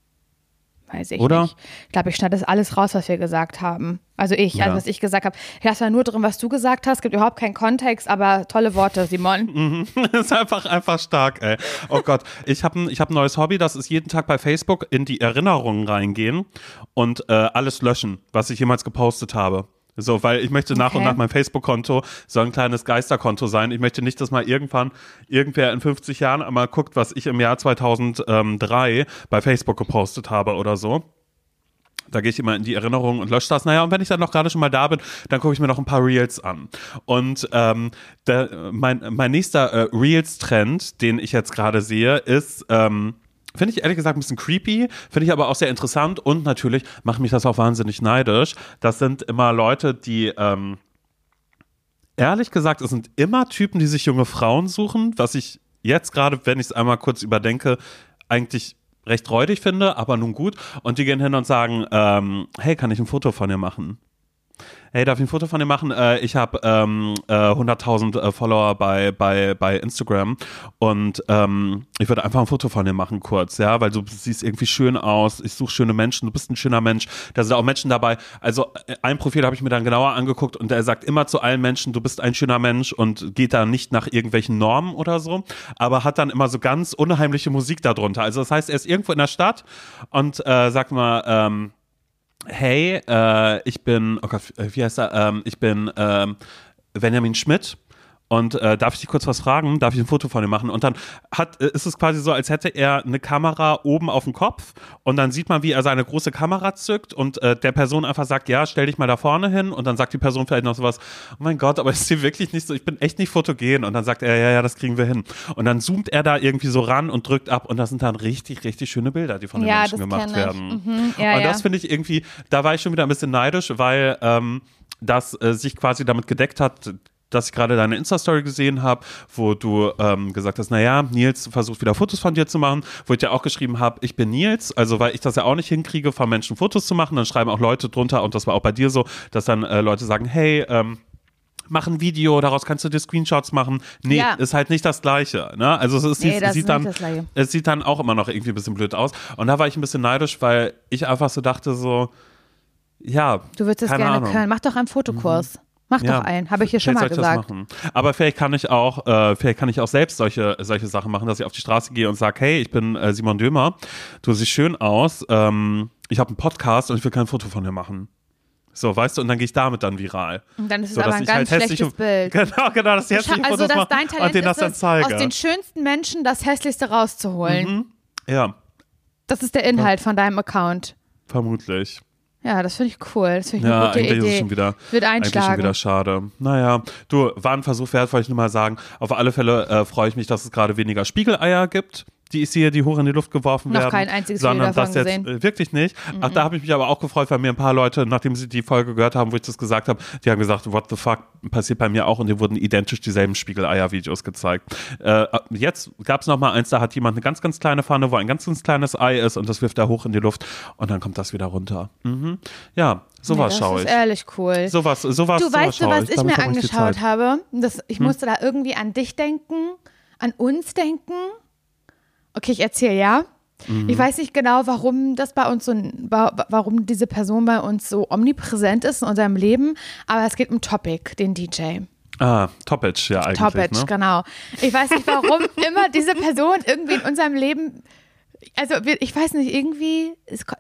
Weiß ich Oder? nicht. Ich glaube, ich schneide das alles raus, was wir gesagt haben. Also ich, Ja. also was ich gesagt habe. Ich lasse nur drin, was du gesagt hast. Es gibt überhaupt keinen Kontext, aber tolle Worte, Simon. Das ist einfach, einfach stark, ey. Oh Gott. Ich habe ein, ich hab ein neues Hobby, das ist jeden Tag bei Facebook in die Erinnerungen reingehen und äh, alles löschen, was ich jemals gepostet habe. So, weil ich möchte nach Okay. und nach mein Facebook-Konto so ein kleines Geisterkonto sein. Ich möchte nicht, dass mal irgendwann irgendwer in fünfzig Jahren einmal guckt, was ich im Jahr zweitausenddrei bei Facebook gepostet habe oder so. Da gehe ich immer in die Erinnerung und lösche das. Naja, und wenn ich dann noch gerade schon mal da bin, dann gucke ich mir noch ein paar Reels an. Und ähm, der, mein, mein nächster äh, Reels-Trend, den ich jetzt gerade sehe, ist... Ähm, Finde ich ehrlich gesagt ein bisschen creepy, finde ich aber auch sehr interessant und natürlich macht mich das auch wahnsinnig neidisch. Das sind immer Leute, die, ähm, ehrlich gesagt, es sind immer Typen, die sich junge Frauen suchen, was ich jetzt gerade, wenn ich es einmal kurz überdenke, eigentlich recht räudig finde, aber nun gut. Und die gehen hin und sagen, ähm, hey, kann ich ein Foto von dir machen? Hey, darf ich ein Foto von dir machen? Äh, ich habe ähm, äh, hunderttausend äh, Follower bei, bei, bei Instagram und ähm, ich würde einfach ein Foto von dir machen kurz, ja, weil du siehst irgendwie schön aus, ich suche schöne Menschen, du bist ein schöner Mensch, da sind auch Menschen dabei, also äh, ein Profil habe ich mir dann genauer angeguckt und der sagt immer zu allen Menschen, du bist ein schöner Mensch und geht da nicht nach irgendwelchen Normen oder so, aber hat dann immer so ganz unheimliche Musik darunter, also das heißt, er ist irgendwo in der Stadt und äh, sagt mal, ähm, hey, äh, ich bin, oh Gott, wie heißt er? Ähm, ich bin ähm, Benjamin Schmidt und äh, darf ich dich kurz was fragen? Darf ich ein Foto von dir machen? Und dann hat, äh, ist es quasi so, als hätte er eine Kamera oben auf dem Kopf und dann sieht man, wie er seine große Kamera zückt und äh, der Person einfach sagt, ja, stell dich mal da vorne hin und dann sagt die Person vielleicht noch sowas, oh mein Gott, aber ist hier wirklich nicht so, ich bin echt nicht fotogen und dann sagt er, ja, ja, das kriegen wir hin. Und dann zoomt er da irgendwie so ran und drückt ab und das sind dann richtig, richtig schöne Bilder, die von den Ja, Menschen das gemacht kenn ich. werden. Mhm. Ja, und das ja. finde ich irgendwie, da war ich schon wieder ein bisschen neidisch, weil ähm, das äh, sich quasi damit gedeckt hat, dass ich gerade deine Insta-Story gesehen habe, wo du ähm, gesagt hast, naja, Nils versucht wieder Fotos von dir zu machen, wo ich dir auch geschrieben habe, ich bin Nils, also weil ich das ja auch nicht hinkriege, von Menschen Fotos zu machen, dann schreiben auch Leute drunter und das war auch bei dir so, dass dann äh, Leute sagen, hey, ähm, mach ein Video, daraus kannst du dir Screenshots machen. Nee, Ja. ist halt nicht das Gleiche. Ne? Also es, ist, Nee, es, das sieht ist dann, nicht das Gleiche. es sieht dann auch immer noch irgendwie ein bisschen blöd aus. Und da war ich ein bisschen neidisch, weil ich einfach so dachte so, ja, Du würdest es keine gerne Ahnung. können. Mach doch einen Fotokurs. Mach Ja, doch einen. Habe ich hier schon mal vielleicht soll ich das gesagt. machen. Aber vielleicht kann ich auch, äh, vielleicht kann ich auch selbst solche, solche Sachen machen, dass ich auf die Straße gehe und sage, hey, ich bin äh, Simon Dömer, du siehst schön aus, ähm, ich habe einen Podcast und ich will kein Foto von dir machen. So, weißt du, und dann gehe ich damit dann viral. Und dann ist es So, aber dass ein ich ganz halt schlechtes hässliche- Bild. Genau, genau, dass ich Schau- hässliche Also, Fotos dass mache dein Talent und denen das ist dann es, zeige. aus den schönsten Menschen das Hässlichste rauszuholen. Mhm. Ja, Das ist der Inhalt von deinem Account. vermutlich. Ja, das finde ich cool. Das finde ich Ja, eine gute eigentlich ist Idee. es schon wieder, Wird eigentlich schon einschlagen. wieder schade. Naja, du, war ein Versuch wert, wollte ich nur mal sagen. Auf alle Fälle äh, freue ich mich, dass es gerade weniger Spiegeleier gibt, die ich sehe, die hoch in die Luft geworfen Noch werden. kein einziges Video sondern davon das jetzt gesehen. äh, wirklich nicht. Ach, da habe ich mich aber auch gefreut, weil mir ein paar Leute, nachdem sie die Folge gehört haben, wo ich das gesagt habe, die haben gesagt, what the fuck, passiert bei mir auch und dir wurden identisch dieselben Spiegeleier-Videos gezeigt. Äh, jetzt gab es noch mal eins, da hat jemand eine ganz, ganz kleine Pfanne, wo ein ganz, ganz kleines Ei ist und das wirft er hoch in die Luft und dann kommt das wieder runter. Mhm. Ja, sowas nee, schaue Das ich. ist ehrlich cool. Sowas, sowas, Du sowas weißt du, schaue was ich Damit mir verbringe die angeschaut Zeit. habe? Das, ich Hm? musste da irgendwie an dich denken, an uns denken. Okay, ich erzähle, ja? Mhm. Ich weiß nicht genau, warum das bei uns so, ein- wa- warum diese Person bei uns so omnipräsent ist in unserem Leben, aber es geht um Topic, den D J. Ah, Topic, ja eigentlich, Topic, ne? genau. Ich weiß nicht, warum immer diese Person irgendwie in unserem Leben, also wir- ich weiß nicht, irgendwie, es, es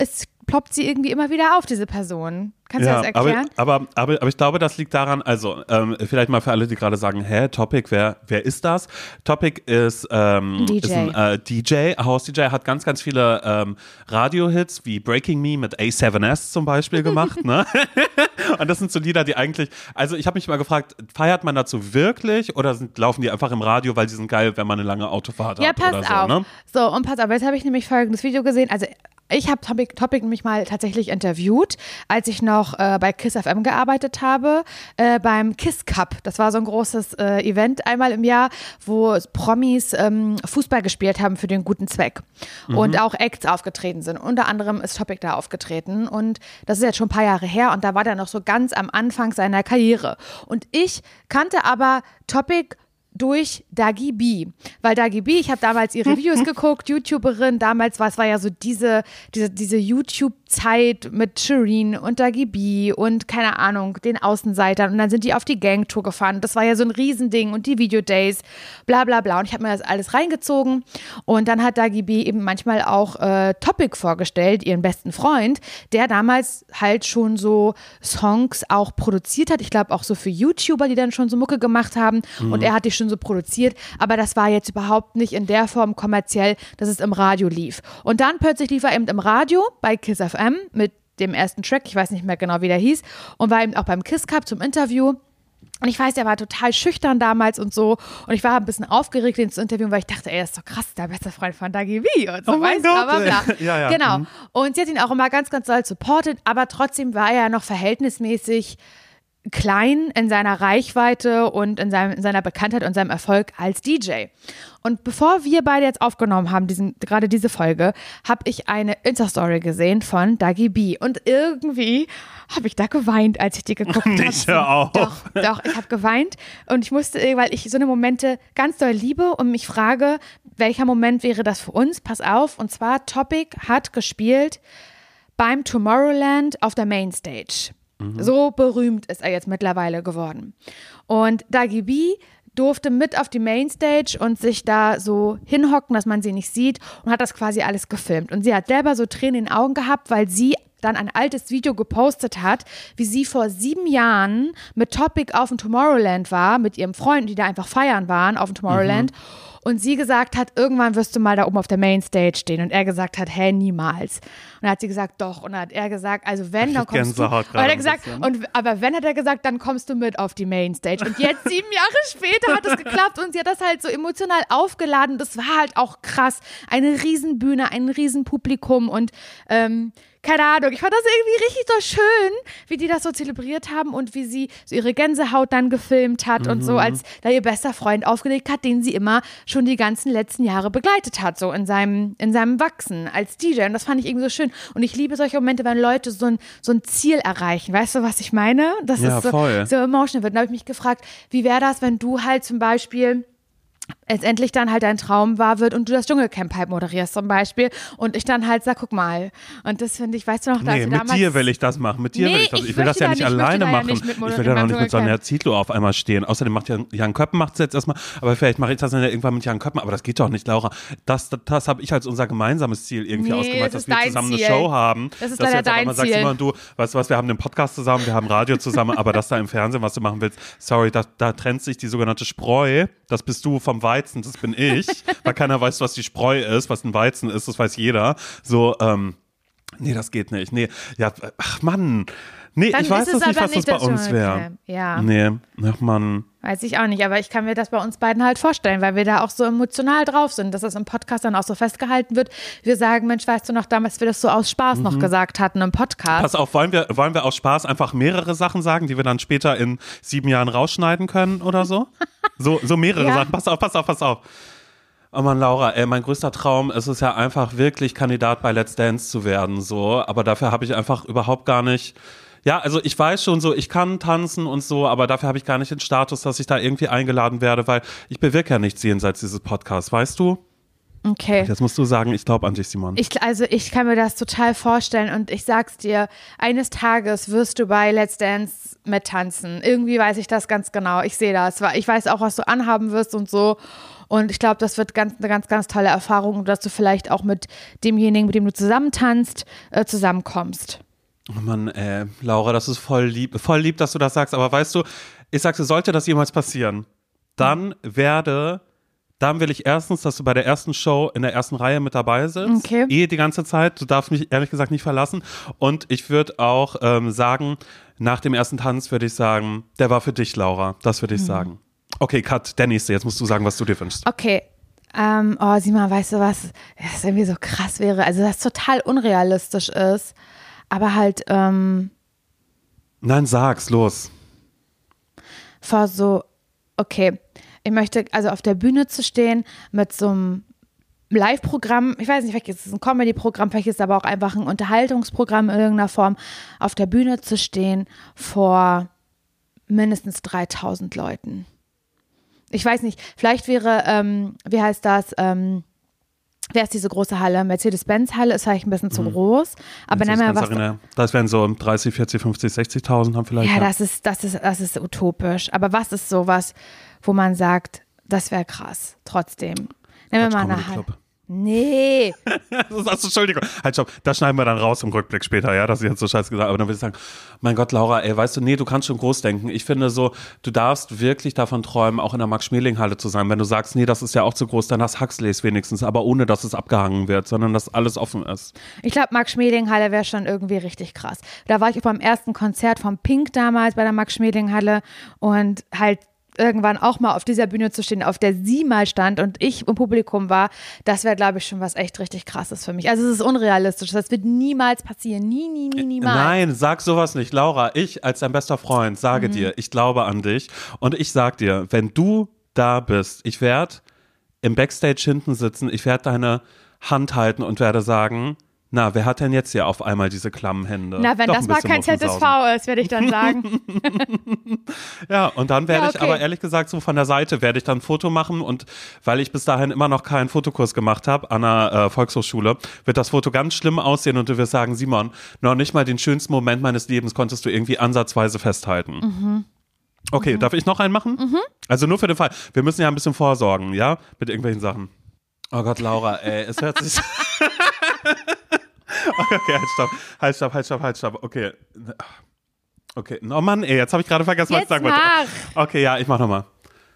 ploppt sie irgendwie immer wieder auf, diese Person. Kannst ja, du das erklären? Aber, aber, aber, aber ich glaube, das liegt daran, also ähm, vielleicht mal für alle, die gerade sagen, hä, Topic, wer, wer ist das? Topic ist, ähm, D J. ist ein äh, D J, House-D J, hat ganz, ganz viele ähm, Radio-Hits wie Breaking Me mit A seven S zum Beispiel gemacht. Ne? Und das sind so Lieder, die eigentlich, also ich habe mich mal gefragt, feiert man dazu wirklich oder sind, laufen die einfach im Radio, weil die sind geil, wenn man eine lange Autofahrt ja, hat pass oder so. auf. Ne? So, und pass auf, jetzt habe ich nämlich folgendes Video gesehen, also ich habe Topic, Topic nämlich mal tatsächlich interviewt, als ich noch äh, bei KISS F M gearbeitet habe, äh, beim KISS Cup. Das war so ein großes äh, Event einmal im Jahr, wo Promis ähm, Fußball gespielt haben für den guten Zweck. Mhm. Und auch Acts aufgetreten sind. Unter anderem ist Topic da aufgetreten. Und das ist jetzt schon ein paar Jahre her. Und da war der noch so ganz am Anfang seiner Karriere. Und ich kannte aber Topic durch Dagi B, weil Dagi B, ich habe damals ihre Videos geguckt, YouTuberin, damals war es war ja so diese, diese, diese YouTube-Zeit mit Shireen und Dagi B und keine Ahnung, den Außenseitern und dann sind die auf die Gangtour gefahren, das war ja so ein Riesending und die Videodays, bla bla bla und ich habe mir das alles reingezogen und dann hat Dagi B eben manchmal auch äh, Topic vorgestellt, ihren besten Freund, der damals halt schon so Songs auch produziert hat, ich glaube auch so für YouTuber, die dann schon so Mucke gemacht haben mhm. und er hat die schon so produziert, aber das war jetzt überhaupt nicht in der Form kommerziell, dass es im Radio lief. Und dann plötzlich lief er eben im Radio bei KISS F M mit dem ersten Track, ich weiß nicht mehr genau, wie der hieß, und war eben auch beim KISS Cup zum Interview. Und ich weiß, der war total schüchtern damals und so. Und ich war ein bisschen aufgeregt, ihn zu interviewen, weil ich dachte, ey, das ist doch krass, der beste Freund von Dagi B und so, oh weißt du, bla, bla, bla. ja, ja. Genau. Mhm. Und sie hat ihn auch immer ganz, ganz doll supportet, aber trotzdem war er noch verhältnismäßig klein in seiner Reichweite und in, seinem, in seiner Bekanntheit und seinem Erfolg als D J. Und bevor wir beide jetzt aufgenommen haben, diesen, gerade diese Folge, habe ich eine Insta-Story gesehen von Dagi B. Und irgendwie habe ich da geweint, als ich die geguckt habe. Ich hör auf. Doch, doch, ich habe geweint und ich musste, weil ich so eine Momente ganz doll liebe und mich frage, welcher Moment wäre das für uns? Pass auf, und zwar Topic hat gespielt beim Tomorrowland auf der Mainstage. So berühmt ist er jetzt mittlerweile geworden. Und Dagi B durfte mit auf die Mainstage und sich da so hinhocken, dass man sie nicht sieht und hat das quasi alles gefilmt. Und sie hat selber so Tränen in den Augen gehabt, weil sie dann ein altes Video gepostet hat, wie sie vor sieben Jahren mit Topic auf dem Tomorrowland war, mit ihrem Freund, die da einfach feiern waren auf dem Tomorrowland. Mhm. Und sie gesagt hat, irgendwann wirst du mal da oben auf der Mainstage stehen. Und er gesagt hat, hä, niemals. Und dann hat sie gesagt, doch. Und dann hat er gesagt, also wenn, dann kommst du. Und hat er gesagt, und, aber wenn, hat er gesagt, dann kommst du mit auf die Mainstage. Und jetzt, sieben Jahre später, hat es geklappt. Und sie hat das halt so emotional aufgeladen. Das war halt auch krass. Eine Riesenbühne, ein Riesenpublikum. Und ähm, keine Ahnung, ich fand das irgendwie richtig so schön, wie die das so zelebriert haben und wie sie so ihre Gänsehaut dann gefilmt hat mhm. und so, als da ihr bester Freund aufgelegt hat, den sie immer schon die ganzen letzten Jahre begleitet hat, so in seinem, in seinem Wachsen als D J. Und das fand ich irgendwie so schön. Und ich liebe solche Momente, wenn Leute so ein, so ein Ziel erreichen. Weißt du, was ich meine? Das ja, ist so, voll. so emotional wird. Und da habe ich mich gefragt, wie wäre das, wenn du halt zum Beispiel letztendlich dann halt dein Traum wahr wird und du das Dschungelcamp halt moderierst zum Beispiel und ich dann halt sag, guck mal. Und das finde ich, weißt du noch, dass nee, du mit damals... dir will ich das machen, mit dir nee, will ich das. Ich, ich will das ja da nicht nicht, alleine ich machen. Ja nicht ich will ja noch nicht mit Sonja Zietlow auf einmal stehen. Außerdem macht Jan, Jan Köppen macht es jetzt erstmal, aber vielleicht mache ich das dann ja irgendwann mit Jan Köppen, aber das geht doch nicht, Laura. Das, das, das habe ich als unser gemeinsames Ziel irgendwie nee, ausgemalt, das dass wir zusammen Ziel. eine Show haben. Das ist dass leider du jetzt auf dein einmal Ziel. sagst, Simon, du, weißt du was, wir haben den Podcast zusammen, wir haben Radio zusammen, aber das da im Fernsehen, was du machen willst, sorry, da, da trennt sich die sogenannte Spreu, das bist du vom Weizen, das bin ich, weil keiner weiß, was die Spreu ist, was ein Weizen ist, das weiß jeder. So, ähm, nee, das geht nicht. Nee, ja, ach Mann. Nee, Dann ich weiß das nicht, was nicht das bei uns wäre. Ja. Nee, ach Mann. Weiß ich auch nicht, aber ich kann mir das bei uns beiden halt vorstellen, weil wir da auch so emotional drauf sind, dass das im Podcast dann auch so festgehalten wird. Wir sagen, Mensch, weißt du noch, damals wir das so aus Spaß mhm. noch gesagt hatten im Podcast. Pass auf, wollen wir, wollen wir aus Spaß einfach mehrere Sachen sagen, die wir dann später in sieben Jahren rausschneiden können oder so? So, so mehrere ja. Sachen. Pass auf, pass auf, pass auf. Oh Mann, Laura, ey, mein größter Traum ist es ja einfach wirklich Kandidat bei Let's Dance zu werden, so. Aber dafür habe ich einfach überhaupt gar nicht, ja, also ich weiß schon so, ich kann tanzen und so, aber dafür habe ich gar nicht den Status, dass ich da irgendwie eingeladen werde, weil ich bewirke ja nichts jenseits dieses Podcasts, weißt du? Okay. Jetzt musst du sagen, ich glaube an dich, Simon. Ich, also ich kann mir das total vorstellen und ich sag's dir, eines Tages wirst du bei Let's Dance mittanzen. Irgendwie weiß ich das ganz genau. Ich sehe das. Ich weiß auch, was du anhaben wirst und so. Und ich glaube, das wird ganz, eine ganz, ganz tolle Erfahrung, dass du vielleicht auch mit demjenigen, mit dem du zusammen tanzt, äh, zusammenkommst. Oh Mann, ey, Laura, das ist voll lieb, voll lieb, dass du das sagst. Aber weißt du, ich sag dir, sollte das jemals passieren, dann werde, dann will ich erstens, dass du bei der ersten Show in der ersten Reihe mit dabei sitzt. Okay. Eh die ganze Zeit. Du darfst mich ehrlich gesagt nicht verlassen. Und ich würde auch ähm, sagen, nach dem ersten Tanz würde ich sagen, der war für dich, Laura. Das würde ich mhm. sagen. Okay, Cut, der nächste. Jetzt musst du sagen, was du dir wünschst. Okay. Ähm, oh, Sima, weißt du was? Das irgendwie so krass wäre. Also, das total unrealistisch ist. Aber halt, ähm. Nein, sag's, los. Vor so, okay. Ich möchte also auf der Bühne zu stehen mit so einem Live-Programm, ich weiß nicht, vielleicht ist es ein Comedy-Programm, vielleicht ist es aber auch einfach ein Unterhaltungsprogramm in irgendeiner Form, auf der Bühne zu stehen vor mindestens dreitausend Leuten. Ich weiß nicht, vielleicht wäre, ähm, wie heißt das, ähm, wer ist diese große Halle? Mercedes-Benz-Halle ist vielleicht ein bisschen zu mhm. groß, aber dann mal was. Das wären so dreißig, vierzig, fünfzig, sechzigtausend haben vielleicht. Ja, ja. das ist, das ist, das ist utopisch. Aber was ist sowas, wo man sagt, das wäre krass, trotzdem. Nehmen wir mal eine Halle. Nee. Das ist, also, Entschuldigung. Halt, stopp. Das schneiden wir dann raus im Rückblick später, ja, dass ich jetzt so scheiße gesagt habe. Aber dann würde ich sagen, mein Gott, Laura, ey, weißt du, nee, du kannst schon groß denken. Ich finde so, du darfst wirklich davon träumen, auch in der Max-Schmeling-Halle zu sein. Wenn du sagst, nee, das ist ja auch zu groß, dann hast Huxleys wenigstens, aber ohne, dass es abgehangen wird, sondern dass alles offen ist. Ich glaube, Max-Schmeling-Halle wäre schon irgendwie richtig krass. Da war ich auch beim ersten Konzert vom Pink damals bei der Max-Schmeling-Halle und halt irgendwann auch mal auf dieser Bühne zu stehen, auf der sie mal stand und ich im Publikum war, das wäre, glaube ich, schon was echt richtig Krasses für mich. Also es ist unrealistisch, das wird niemals passieren, nie, nie, nie, niemals. Nein, sag sowas nicht. Laura, ich als dein bester Freund sage mhm. dir, ich glaube an dich und ich sag dir, wenn du da bist, ich werde im Backstage hinten sitzen, ich werde deine Hand halten und werde sagen, na, wer hat denn jetzt hier auf einmal diese klammen Hände? Na, wenn Doch das mal kein Z S V ist, werde ich dann sagen. Ja, und dann werde ja, okay. ich aber ehrlich gesagt so von der Seite werde ich dann ein Foto machen und weil ich bis dahin immer noch keinen Fotokurs gemacht habe an der äh, Volkshochschule, wird das Foto ganz schlimm aussehen und du wirst sagen, Simon, noch nicht mal den schönsten Moment meines Lebens konntest du irgendwie ansatzweise festhalten. Mhm. Okay, mhm. darf ich noch einen machen? Mhm. Also nur für den Fall. Wir müssen ja ein bisschen vorsorgen, ja? Mit irgendwelchen Sachen. Oh Gott, Laura, ey, es hört sich... Okay, halt, stopp, halt, stopp, halt, stopp, halt, stopp, okay. Okay, oh Mann, ey, jetzt habe ich gerade vergessen, jetzt was ich sagen wollte. Okay, ja, ich mach nochmal.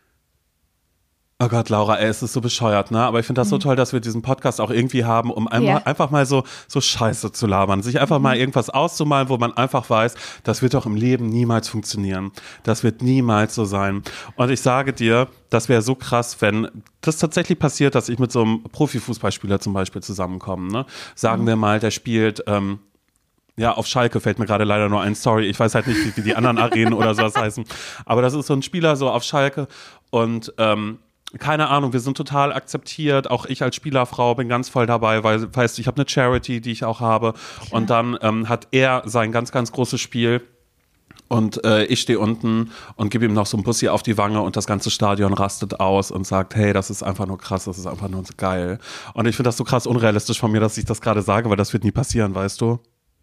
Oh Gott, Laura, ey, es ist so bescheuert, ne? Aber ich finde das so toll, dass wir diesen Podcast auch irgendwie haben, um einmal, yeah. einfach mal so, so Scheiße zu labern. Sich einfach mhm. mal irgendwas auszumalen, wo man einfach weiß, das wird doch im Leben niemals funktionieren. Das wird niemals so sein. Und ich sage dir, das wäre so krass, wenn das tatsächlich passiert, dass ich mit so einem Profifußballspieler zum Beispiel zusammenkomme, ne? Sagen mhm. wir mal, der spielt, ähm, ja, auf Schalke fällt mir gerade leider nur ein, sorry, ich weiß halt nicht, wie, wie die anderen Arenen oder sowas heißen. Aber das ist so ein Spieler so auf Schalke und, ähm, keine Ahnung, wir sind total akzeptiert, auch ich als Spielerfrau bin ganz voll dabei, weil, weißt du, ich habe eine Charity, die ich auch habe. Klar. Und dann ähm, hat er sein ganz, ganz großes Spiel und äh, ich stehe unten und gebe ihm noch so ein Bussi auf die Wange und das ganze Stadion rastet aus und sagt, hey, das ist einfach nur krass, das ist einfach nur so geil. Und ich finde das so krass unrealistisch von mir, dass ich das gerade sage, weil das wird nie passieren, weißt du?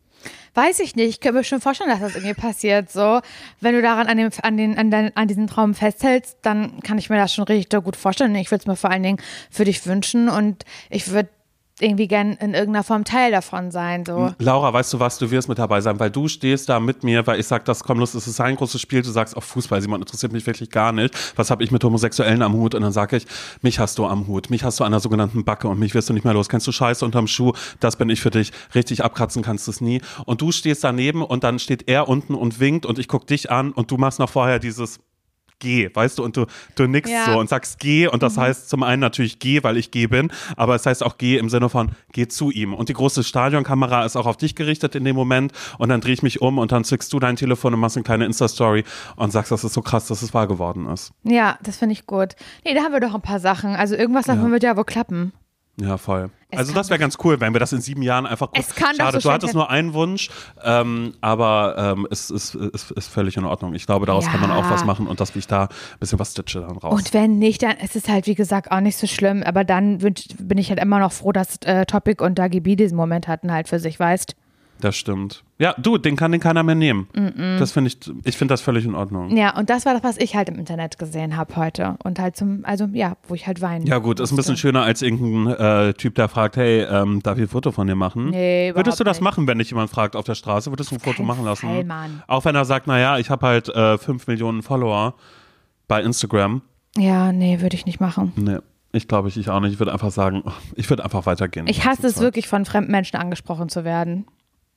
Weiß ich nicht, ich könnte mir schon vorstellen, dass das irgendwie passiert, so. Wenn du daran an, dem, an, den, an, dein, an diesem Traum festhältst, dann kann ich mir das schon richtig gut vorstellen. Ich würde es mir vor allen Dingen für dich wünschen und ich würde irgendwie gern in irgendeiner Form Teil davon sein. So. Laura, weißt du was, du wirst mit dabei sein, weil du stehst da mit mir, weil ich sag, das komm, los, es ist ein großes Spiel, du sagst, auch Fußball, Simon, interessiert mich wirklich gar nicht. Was habe ich mit Homosexuellen am Hut? Und dann sage ich, mich hast du am Hut, mich hast du an der sogenannten Backe und mich wirst du nicht mehr los. Kennst du Scheiße unterm Schuh? Das bin ich für dich. Richtig abkratzen kannst du es nie. Und du stehst daneben und dann steht er unten und winkt und ich guck dich an und du machst noch vorher dieses Geh, weißt du, und du, du nickst ja. so und sagst geh und das mhm. heißt zum einen natürlich geh, weil ich geh bin, aber es heißt auch geh im Sinne von geh zu ihm und die große Stadionkamera ist auch auf dich gerichtet in dem Moment und dann drehe ich mich um und dann zückst du dein Telefon und machst eine kleine Insta-Story und sagst, das ist so krass, dass es wahr geworden ist. Ja, das finde ich gut. Nee, da haben wir doch ein paar Sachen, also irgendwas davon ja. wird ja wohl klappen. Ja, voll. Es also das wäre ganz cool, wenn wir das in sieben Jahren einfach... Es kann Schade, doch so du hattest nur einen Wunsch, ähm, aber ähm, es ist, ist, ist völlig in Ordnung. Ich glaube, daraus ja. kann man auch was machen und dass ich da ein bisschen was stitche dann raus. Und wenn nicht, dann ist es halt, wie gesagt, auch nicht so schlimm. Aber dann bin ich halt immer noch froh, dass äh, Topic und Dagi B diesen Moment hatten halt für sich, weißt. Das stimmt. Ja, du, den kann den keiner mehr nehmen. Mm-mm. Das finde ich, ich finde das völlig in Ordnung. Ja, und das war das, was ich halt im Internet gesehen habe heute. Und halt zum, also ja, wo ich halt weinen Ja gut, ist ein bisschen schöner als irgendein äh, Typ, der fragt, hey, ähm, darf ich ein Foto von dir machen? Nee, überhaupt Würdest du das nicht. machen, wenn dich jemand fragt auf der Straße? Würdest du ein Foto machen lassen? Fall, Mann. Auch wenn er sagt, naja, ich habe halt äh, fünf Millionen Follower bei Instagram. Ja, nee, würde ich nicht machen. Nee, ich glaube ich, ich auch nicht. Ich würde einfach sagen, ich würde einfach weitergehen. Ich hasse es wirklich, von fremden Menschen angesprochen zu werden.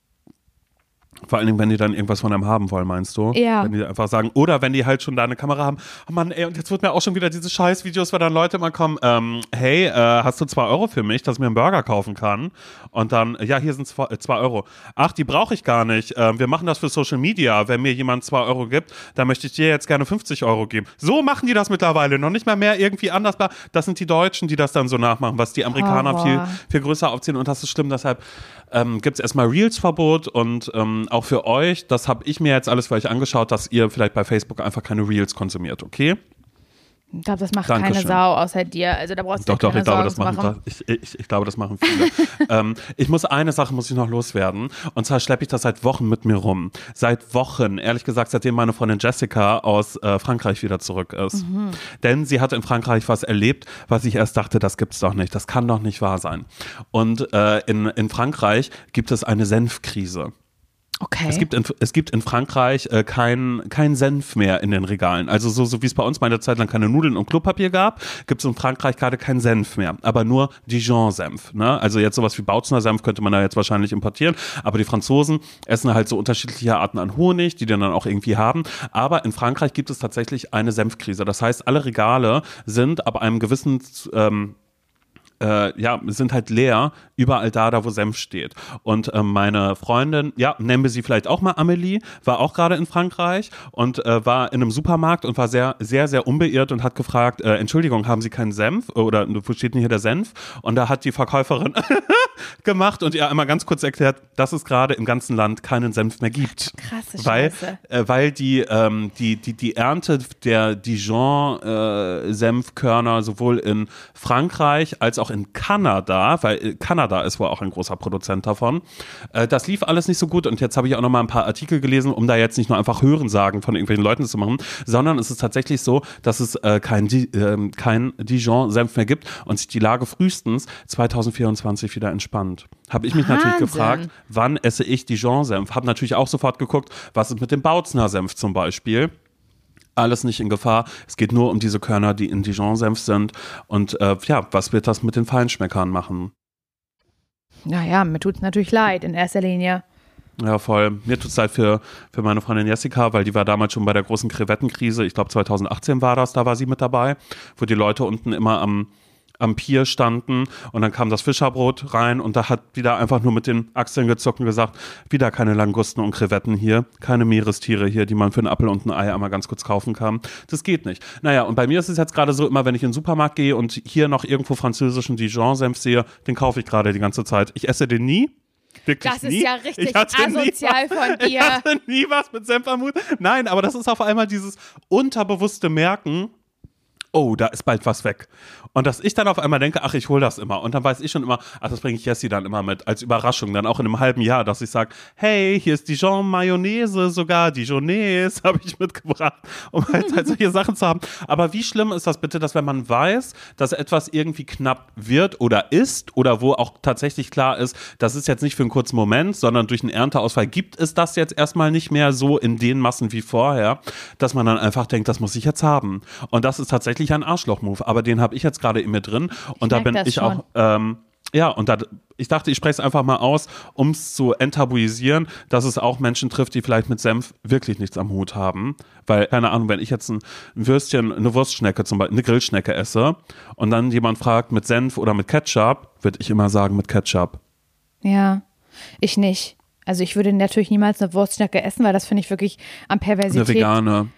Vor allen Dingen, wenn die dann irgendwas von einem haben wollen, meinst du? Ja. Wenn die einfach sagen, oder wenn die halt schon da eine Kamera haben, oh Mann, ey, und jetzt wird mir auch schon wieder diese Scheiß-Videos, wo dann Leute immer kommen, ähm, hey, äh, hast du zwei Euro für mich, dass ich mir einen Burger kaufen kann? Und dann, ja, hier sind zwei, äh, zwei Euro. Ach, die brauche ich gar nicht. Ähm, wir machen das für Social Media. Wenn mir jemand zwei Euro gibt, dann möchte ich dir jetzt gerne fünfzig Euro geben. So machen die das mittlerweile. Noch nicht mal mehr irgendwie anders. Das sind die Deutschen, die das dann so nachmachen, was die Amerikaner Horror. viel, viel größer aufziehen. Und das ist schlimm. Deshalb ähm, gibt es erstmal Reels-Verbot und ähm, auch für euch, das habe ich mir jetzt alles für euch angeschaut, dass ihr vielleicht bei Facebook einfach keine Reels konsumiert, okay? Ich glaube, das macht Dankeschön. keine Sau außer dir. Also da brauchst du Doch, dir doch, keine ich glaube, Sorgen das zu machen, machen. ich, ich, ich glaube, das machen viele. ähm, ich muss eine Sache muss ich noch loswerden. Und zwar schleppe ich das seit Wochen mit mir rum. Seit Wochen, ehrlich gesagt, seitdem meine Freundin Jessica aus äh, Frankreich wieder zurück ist. Mhm. Denn sie hat in Frankreich was erlebt, was ich erst dachte, das gibt's doch nicht. Das kann doch nicht wahr sein. Und äh, in, in Frankreich gibt es eine Senfkrise. Okay. Es gibt in, es gibt in Frankreich äh, kein, kein Senf mehr in den Regalen. Also so, so wie es bei uns mal eine Zeit lang keine Nudeln und Klopapier gab, gibt es in Frankreich gerade keinen Senf mehr. Aber nur Dijon-Senf. Ne? Also jetzt sowas wie Bautzner Senf könnte man da jetzt wahrscheinlich importieren. Aber die Franzosen essen halt so unterschiedliche Arten an Honig, die die dann auch irgendwie haben. Aber in Frankreich gibt es tatsächlich eine Senfkrise. Das heißt, alle Regale sind ab einem gewissen ähm, Äh, ja, sind halt leer, überall da, da wo Senf steht. Und äh, meine Freundin, ja, nennen wir sie vielleicht auch mal Amelie, war auch gerade in Frankreich und äh, war in einem Supermarkt und war sehr, sehr, sehr unbeirrt und hat gefragt, äh, Entschuldigung, haben Sie keinen Senf? Oder wo steht denn hier der Senf? Und da hat die Verkäuferin gemacht und ihr einmal ganz kurz erklärt, dass es gerade im ganzen Land keinen Senf mehr gibt. Krasse weil, Scheiße. äh, weil die, ähm, die, die, die Ernte der Dijon-Senfkörner äh, sowohl in Frankreich als auch in Kanada, weil Kanada ist wohl auch ein großer Produzent davon. Äh, das lief alles nicht so gut und jetzt habe ich auch noch mal ein paar Artikel gelesen, um da jetzt nicht nur einfach Hörensagen von irgendwelchen Leuten zu machen, sondern es ist tatsächlich so, dass es äh, kein, Di- äh, kein Dijon-Senf mehr gibt und sich die Lage frühestens zwanzig vierundzwanzig wieder entspannt. Habe ich mich Wahnsinn. natürlich gefragt, wann esse ich Dijon-Senf? Habe natürlich auch sofort geguckt, was ist mit dem Bautzner Senf zum Beispiel? Alles nicht in Gefahr. Es geht nur um diese Körner, die in Dijon-Senf sind. Und äh, ja, was wird das mit den Feinschmeckern machen? Naja, mir tut es natürlich leid in erster Linie. Ja, voll. Mir tut es leid für, für meine Freundin Jessica, weil die war damals schon bei der großen Krevettenkrise. Ich glaube zwanzig achtzehn war das, da war sie mit dabei, wo die Leute unten immer am am Pier standen und dann kam das Fischerbrot rein und da hat wieder einfach nur mit den Achseln gezuckt und gesagt, wieder keine Langusten und Krevetten hier, keine Meerestiere hier, die man für einen Apfel und ein Ei einmal ganz kurz kaufen kann. Das geht nicht. Naja, und bei mir ist es jetzt gerade so, immer wenn ich in den Supermarkt gehe und hier noch irgendwo französischen Dijon-Senf sehe, den kaufe ich gerade die ganze Zeit. Ich esse den nie. Wirklich Das ist nie. ja richtig Ich hatte asozial nie was, von dir. Ich hatte nie was mit Senf am Hut. Nein, aber das ist auf einmal dieses unterbewusste Merken, oh, da ist bald was weg. Und dass ich dann auf einmal denke, ach, ich hole das immer. Und dann weiß ich schon immer, ach, das bringe ich Jessie dann immer mit, als Überraschung, dann auch in einem halben Jahr, dass ich sage, hey, hier ist Dijon-Mayonnaise sogar, Dijonnaise habe ich mitgebracht, um halt, halt solche Sachen zu haben. Aber wie schlimm ist das bitte, dass wenn man weiß, dass etwas irgendwie knapp wird oder ist oder wo auch tatsächlich klar ist, das ist jetzt nicht für einen kurzen Moment, sondern durch einen Ernteausfall gibt es das jetzt erstmal nicht mehr so in den Massen wie vorher, dass man dann einfach denkt, das muss ich jetzt haben. Und das ist tatsächlich ein Arschloch-Move, aber den habe ich jetzt gerade in mir drin und Ich da bin merk das ich schon. auch, ähm, ja, und da, ich dachte, ich spreche es einfach mal aus, um es zu enttabuisieren, dass es auch Menschen trifft, die vielleicht mit Senf wirklich nichts am Hut haben, weil, keine Ahnung, wenn ich jetzt ein, ein Würstchen, eine Wurstschnecke zum Beispiel, eine Grillschnecke esse und dann jemand fragt mit Senf oder mit Ketchup, würde ich immer sagen mit Ketchup. Ja, ich nicht. Also ich würde natürlich niemals eine Wurstschnecke essen, weil das finde ich wirklich an Perversität. Eine vegane.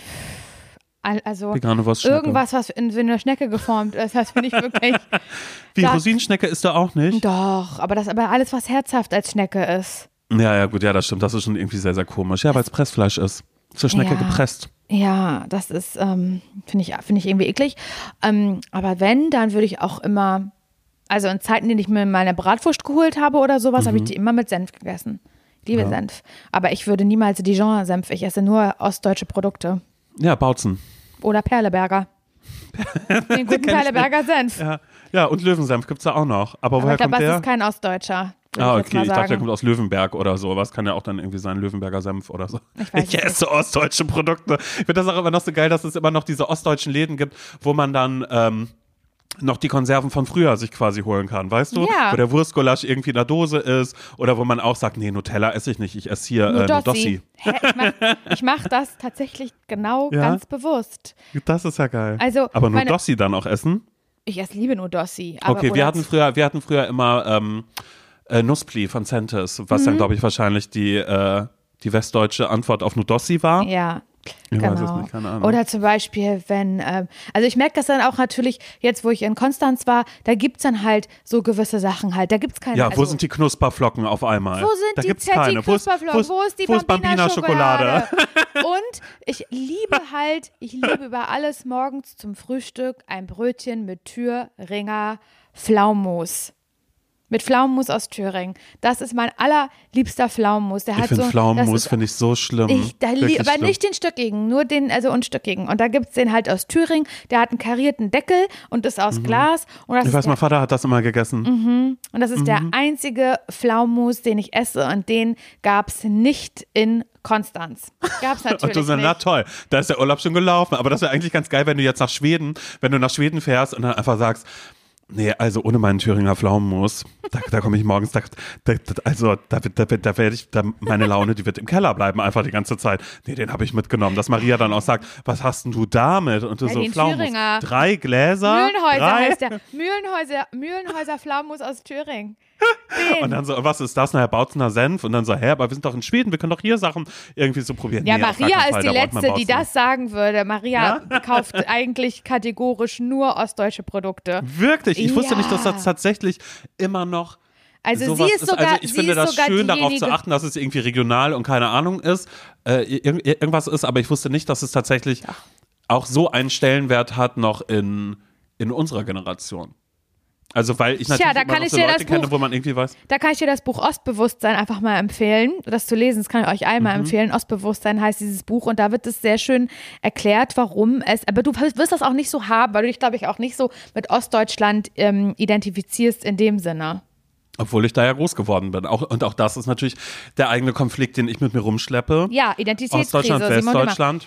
Also Vegane Wurstschnecke. irgendwas, was in so eine Schnecke geformt ist, das finde ich wirklich. Wie, da, Rosinenschnecke ist da auch nicht? Doch, aber das aber alles, was herzhaft als Schnecke ist. Ja, ja, gut, ja, das stimmt. Das ist schon irgendwie sehr, sehr komisch. Ja, weil es Pressfleisch ist. Zur Schnecke Ja. gepresst. Ja, das ist, ähm, finde ich, finde ich irgendwie eklig. Ähm, aber wenn, dann würde ich auch immer, also in Zeiten, in denen ich mir meine Bratwurst geholt habe oder sowas, Mhm. habe ich die immer mit Senf gegessen. Liebe Ja. Senf. Aber ich würde niemals Dijon-Senf. Ich esse nur ostdeutsche Produkte. Ja, Bautzen. Oder Perleberger. Den guten Perleberger Senf. Ja, ja, und Löwensenf gibt es da auch noch. Aber, Aber woher ich glaube, kommt das der? ist kein Ostdeutscher. Ah, ich jetzt okay. mal Ich dachte, der sagen. kommt aus Löwenberg oder so. Was kann ja auch dann irgendwie sein, Löwenberger Senf oder so. Ich weiß es Ich esse ostdeutsche Produkte. Ich finde das auch immer noch so geil, dass es immer noch diese ostdeutschen Läden gibt, wo man dann ähm, noch die Konserven von früher sich quasi holen kann, weißt du? Ja. Wo der Wurstgulasch irgendwie in der Dose ist oder wo man auch sagt, nee, Nutella esse ich nicht, ich esse hier äh, Nudossi. Hä, ich mache ich mach das tatsächlich genau Ja? ganz bewusst. Das ist ja geil. Also, Aber meine- Nudossi dann auch essen? Ich esse liebe Nudossi. Aber Okay, wir oder- hatten früher, wir hatten früher immer ähm, äh, Nusspli von Centes, was Mhm. dann, glaube ich, wahrscheinlich die, äh, die westdeutsche Antwort auf Nudossi war. Ja. Ich genau. weiß es nicht, keine Ahnung. Oder zum Beispiel, wenn, ähm, also ich merke das dann auch natürlich, jetzt wo ich in Konstanz war, da gibt es dann halt so gewisse Sachen halt. Da gibt es keine. Ja, also, wo sind die Knusperflocken auf einmal? Wo sind da die gibt's keine. Wo ist, Zeti-Knusperflocken? wo ist, Wo ist die wo ist Bambina-Schokolade? Bambina-Schokolade? Und ich liebe halt, ich liebe über alles morgens zum Frühstück ein Brötchen mit Thüringer Pflaumenmus. Mit Pflaumenmus aus Thüringen. Das ist mein allerliebster Pflaumenmus. Der Ich hat finde so, Pflaumenmus das ist- finde ich so schlimm. Ich, da Wirklich li- aber schlimm. nicht den stückigen, nur den, also unstöckigen. Und da gibt es den halt aus Thüringen, der hat einen karierten Deckel und ist aus Glas. Und das Ich ist weiß, der, mein Vater hat das immer gegessen. und das ist der einzige Pflaumenmus, den ich esse und den gab es nicht in Konstanz. Gab es natürlich Und du sagst, na nicht. toll, da ist der Urlaub schon gelaufen. Aber das wäre eigentlich ganz geil, wenn du jetzt nach Schweden, wenn du nach Schweden fährst und dann einfach sagst, nee, also ohne meinen Thüringer Pflaumenmus, da, da komme ich morgens, da, da, da, also da, da, da werde ich, da, meine Laune, die wird im Keller bleiben einfach die ganze Zeit. Nee, den habe ich mitgenommen. Dass Maria dann auch sagt, was hast denn du damit? Und du Ja, so, den Pflaumenmus. Thüringer. Drei Gläser? Mühlenhäuser drei? heißt der. Mühlenhäuser, Mühlenhäuser Pflaumenmus aus Thüringen. Und dann so, was ist das? Na, Herr Bautzener Senf. Und dann so, hä, aber wir sind doch in Schweden, wir können doch hier Sachen irgendwie so probieren. Ja, Nee, auf gar Maria keinen ist Fall, die da braucht man Letzte, die Bautzener. das sagen würde. Maria kauft eigentlich kategorisch nur ostdeutsche Produkte. Wirklich? Ich wusste Ja. nicht, dass das tatsächlich immer noch Also sowas sie ist sogar, Also ich sie finde ist das sogar schön, darauf diejenige, zu achten, dass es irgendwie regional und keine Ahnung ist, äh, ir irgendwas ist, aber ich wusste nicht, dass es tatsächlich auch so einen Stellenwert hat noch in, in unserer Generation. Also weil ich natürlich da immer kann noch ich so dir Leute das kenne, Buch- wo man irgendwie weiß, Da kann ich dir das Buch Ostbewusstsein einfach mal empfehlen, das zu lesen. Das kann ich euch einmal Mhm. empfehlen. Ostbewusstsein heißt dieses Buch und da wird es sehr schön erklärt, warum es, aber du wirst das auch nicht so haben, weil du dich, glaube ich, auch nicht so mit Ostdeutschland ähm, identifizierst in dem Sinne. obwohl ich da ja groß geworden bin. Auch, und auch das ist natürlich der eigene Konflikt, den ich mit mir rumschleppe. Ja, Identitätskrise. Ostdeutschland, Simon Dimmer. Westdeutschland.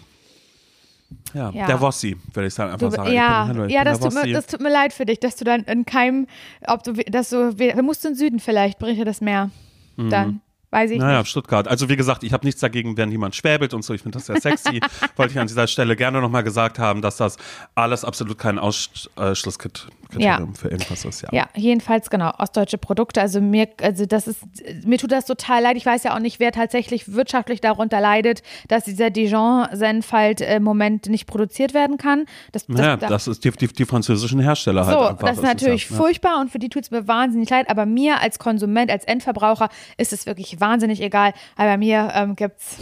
Ja, Ja. der Wossi, würde ich sagen, einfach Du, sagen. ja, ich bin, hallo, ich ja bin das, der tut mir, Wossi. das tut mir leid für dich, dass du dann in keinem, ob du, dass du, wir musst du in den Süden vielleicht, bringt dir das mehr. Dann, weiß ich Naja, nicht. Stuttgart. Also wie gesagt, ich habe nichts dagegen, wenn jemand schwäbelt und so. Ich finde das sehr sexy. Wollte ich an dieser Stelle gerne nochmal gesagt haben, dass das alles absolut kein Ausschlusskriterium Ja. für irgendwas ist. Ja. Ja, jedenfalls genau, ostdeutsche Produkte. Also mir, also das ist, mir tut das total leid. Ich weiß ja auch nicht, wer tatsächlich wirtschaftlich darunter leidet, dass dieser Dijon-Senf halt im Moment nicht produziert werden kann. Das, das, Naja, da- das ist die, die, die französischen Hersteller so, halt einfach. das ist natürlich ja, ja. furchtbar und für die tut es mir wahnsinnig leid. Aber mir als Konsument, als Endverbraucher ist es wirklich wahnsinnig egal. Aber bei mir ähm, gibt's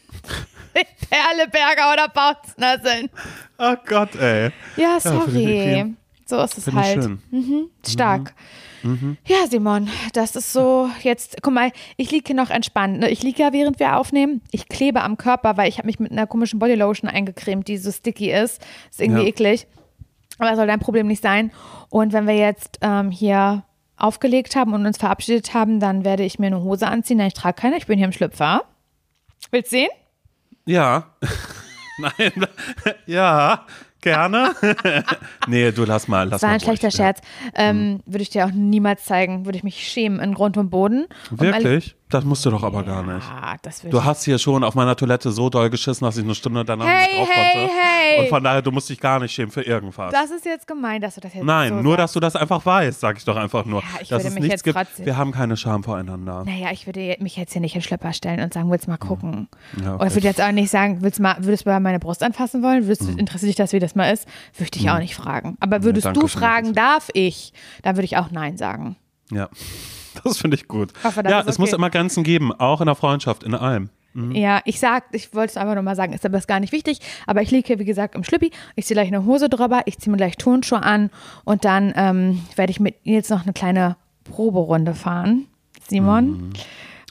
Perleberger oder Bautzner Senf. Oh Gott, ey. Ja, finde ich sorry. irgendwie- So ist es Finde ich halt. schön. Mhm, stark. Ja, Simon, das ist so jetzt, guck mal, ich liege hier noch entspannt. Ne? Ich liege ja, während wir aufnehmen. Ich klebe am Körper, weil ich habe mich mit einer komischen Bodylotion eingecremt, die so sticky ist. Ist irgendwie Ja. eklig. Aber das soll dein Problem nicht sein. Und wenn wir jetzt ähm, hier aufgelegt haben und uns verabschiedet haben, dann werde ich mir eine Hose anziehen. Nein, ich trage keine, ich bin hier im Schlüpfer. Willst du sehen? Ja. Nein. Ja, gerne. Nee, du lass mal. Lass Das war mal ein schlechter ruhig, ja. Scherz. Ähm, würde ich dir auch niemals zeigen. Würde ich mich schämen in Grund und Boden. Und mal- Wirklich? Das musst du doch aber gar nicht. Ja, das würde Du ich. hast hier schon auf meiner Toilette so doll geschissen, dass ich eine Stunde danach Hey, nicht drauf hey, konnte. hey. Und von daher, du musst dich gar nicht schämen für irgendwas. Das ist jetzt gemein, dass du das jetzt Nein, so nur, sagst. dass du das einfach weißt, sag ich doch einfach nur. Ja, ich dass würde es mich nichts jetzt gibt. trotzdem- Wir haben keine Scham voreinander. Naja, ich würde mich jetzt hier nicht in Schlöpper stellen und sagen, willst du mal gucken? Ja, Oder ich würde jetzt auch nicht sagen, willst du mal, würdest du mal meine Brust anfassen wollen? Würdest, du Interessiert dich das, wie das mal ist? Würde ich dich auch nicht fragen. Aber würdest danke du schön, fragen, das darf ich? Dann würde ich auch Nein sagen. Ja, das finde ich gut. hoffe, das Ja, ist es muss okay. immer Grenzen geben, auch in der Freundschaft, in allem. Ja, ich sag, ich wollte es einfach nur mal sagen, ist aber ist gar nicht wichtig. Aber ich liege hier, wie gesagt, im Schlüppi. Ich ziehe gleich eine Hose drüber, ich ziehe mir gleich Turnschuhe an und dann ähm, werde ich mit Nils noch eine kleine Proberunde fahren. Simon.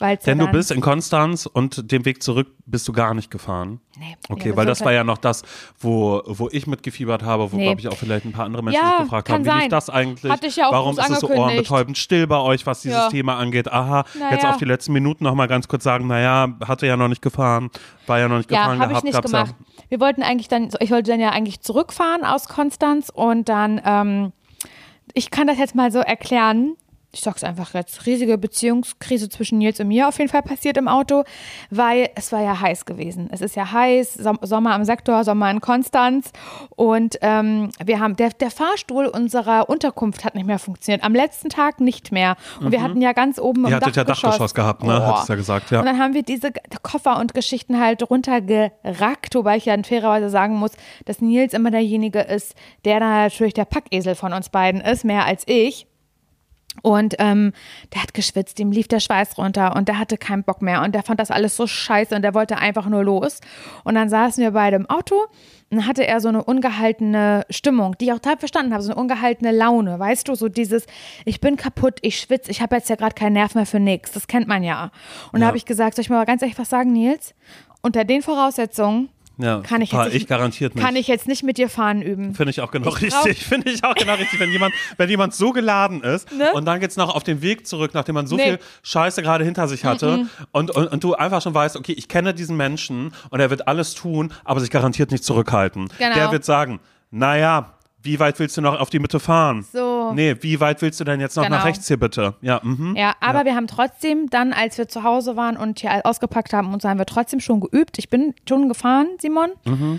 Weil's Denn ja du bist in Konstanz und den Weg zurück bist du gar nicht gefahren. Nee. Okay, nee, weil das halt war ja noch das, wo, wo ich mitgefiebert habe, wo, nee. glaube ich, auch vielleicht ein paar andere Menschen ja, sich gefragt kann haben, wie sein. lief das eigentlich? Hatte ich ja auch Warum ist es so ohrenbetäubend still bei euch, was dieses ja. Thema angeht? Aha, naja. jetzt auf die letzten Minuten noch mal ganz kurz sagen, naja, hatte ja noch nicht gefahren, war ja noch nicht ja, gefahren hab gehabt. Ich nicht gemacht. Ja. Wir wollten eigentlich dann, ich wollte dann ja eigentlich zurückfahren aus Konstanz und dann, ähm, ich kann das jetzt mal so erklären, ich sag's einfach jetzt, riesige Beziehungskrise zwischen Nils und mir auf jeden Fall passiert im Auto, weil es war ja heiß gewesen. Es ist ja heiß, Som- Sommer am Sektor, Sommer in Konstanz und ähm, wir haben, der, der Fahrstuhl unserer Unterkunft hat nicht mehr funktioniert, am letzten Tag nicht mehr und mhm. wir hatten ja ganz oben Ihr im hattet Dachgeschoss. ja Dachgeschoss gehabt, ne, oh. hattest ja gesagt, ja. Und dann haben wir diese Koffer und Geschichten halt runtergerackt, wobei ich ja fairerweise sagen muss, dass Nils immer derjenige ist, der dann natürlich der Packesel von uns beiden ist, mehr als ich. Und ähm, der hat geschwitzt, ihm lief der Schweiß runter und der hatte keinen Bock mehr und der fand das alles so scheiße und der wollte einfach nur los. Und dann saßen wir beide im Auto und dann hatte er so eine ungehaltene Stimmung, die ich auch total verstanden habe, so eine ungehaltene Laune, weißt du, so dieses, ich bin kaputt, ich schwitze, ich habe jetzt ja gerade keinen Nerv mehr für nichts, das kennt man ja. Und ja. da habe ich gesagt, soll ich mal ganz ehrlich was sagen, Nils? Unter den Voraussetzungen Ja, kann ich, jetzt ich nicht, garantiert nicht. kann ich jetzt nicht mit dir fahren üben. Finde ich auch genau ich richtig. Finde ich auch genau richtig, wenn jemand, wenn jemand so geladen ist ne? und dann geht's noch auf den Weg zurück, nachdem man so nee. viel Scheiße gerade hinter sich hatte Mm-mm. und, und, und du einfach schon weißt, okay, ich kenne diesen Menschen und er wird alles tun, aber sich garantiert nicht zurückhalten. Genau. Der wird sagen, naja, wie weit willst du noch auf die Mitte fahren? So. Nee, wie weit willst du denn jetzt noch genau. nach rechts hier bitte? Ja, mhm. ja aber ja. wir haben trotzdem dann, als wir zu Hause waren und hier ausgepackt haben, und so haben wir trotzdem schon geübt. Ich bin schon gefahren, Simon. Mhm.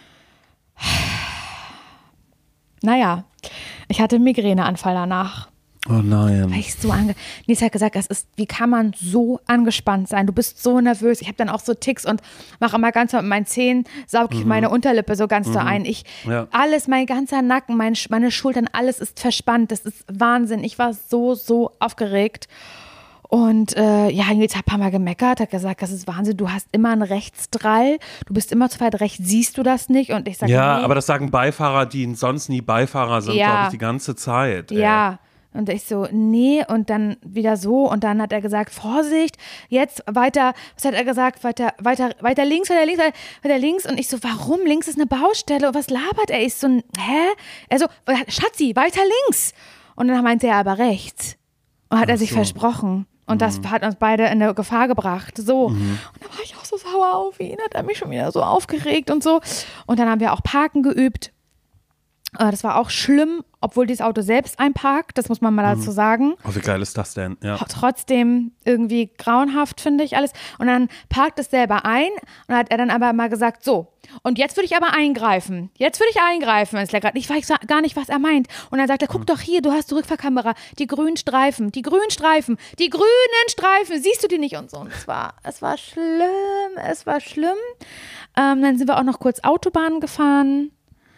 Naja, ich hatte einen Migräneanfall danach. Oh nein. Weil ich so ange Nils hat gesagt, das ist, wie kann man so angespannt sein? Du bist so nervös. Ich habe dann auch so Ticks und mache immer ganz mit meinen Zähnen, sauge ich mhm. meine Unterlippe so ganz mhm. so ein. Ich, ja. alles, mein ganzer Nacken, mein, meine Schultern, alles ist verspannt. Das ist Wahnsinn. Ich war so, so aufgeregt. Und äh, ja, Nils hat ein paar Mal gemeckert, hat gesagt, das ist Wahnsinn, du hast immer einen Rechtsdrall, du bist immer zu weit rechts, siehst du das nicht? Und ich sage, ja, nee. aber das sagen Beifahrer, die sonst nie Beifahrer sind, ja. glaube ich, die ganze Zeit. Ey. Ja. Und ich so, nee, und dann wieder so. Und dann hat er gesagt, Vorsicht, jetzt weiter, was hat er gesagt? Weiter, weiter, weiter links, weiter links, weiter links. Und ich so, warum? Links ist eine Baustelle. Und was labert er? Ich so, hä? Er so, Schatzi, weiter links. Und dann meinte er aber rechts. Und hat Ach er sich so. versprochen. Und mhm. das hat uns beide in eine Gefahr gebracht. So. Mhm. Und dann war ich auch so sauer auf ihn. Hat er mich schon wieder so aufgeregt und so. Und dann haben wir auch Parken geübt. Das war auch schlimm, obwohl dieses Auto selbst einparkt, das muss man mal dazu sagen. Oh, wie geil ist das denn? Ja. Trotzdem irgendwie grauenhaft, finde ich alles. Und dann parkt es selber ein und hat er dann aber mal gesagt, so, und jetzt würde ich aber eingreifen. Jetzt würde ich eingreifen. Ich weiß gar nicht, was er meint. Und dann sagt er, guck doch hier, du hast die Rückfahrkamera, die grünen Streifen, die grünen Streifen, die grünen Streifen, siehst du die nicht? Und so. Und es war, es war schlimm, es war schlimm. Ähm, dann sind wir auch noch kurz Autobahn gefahren.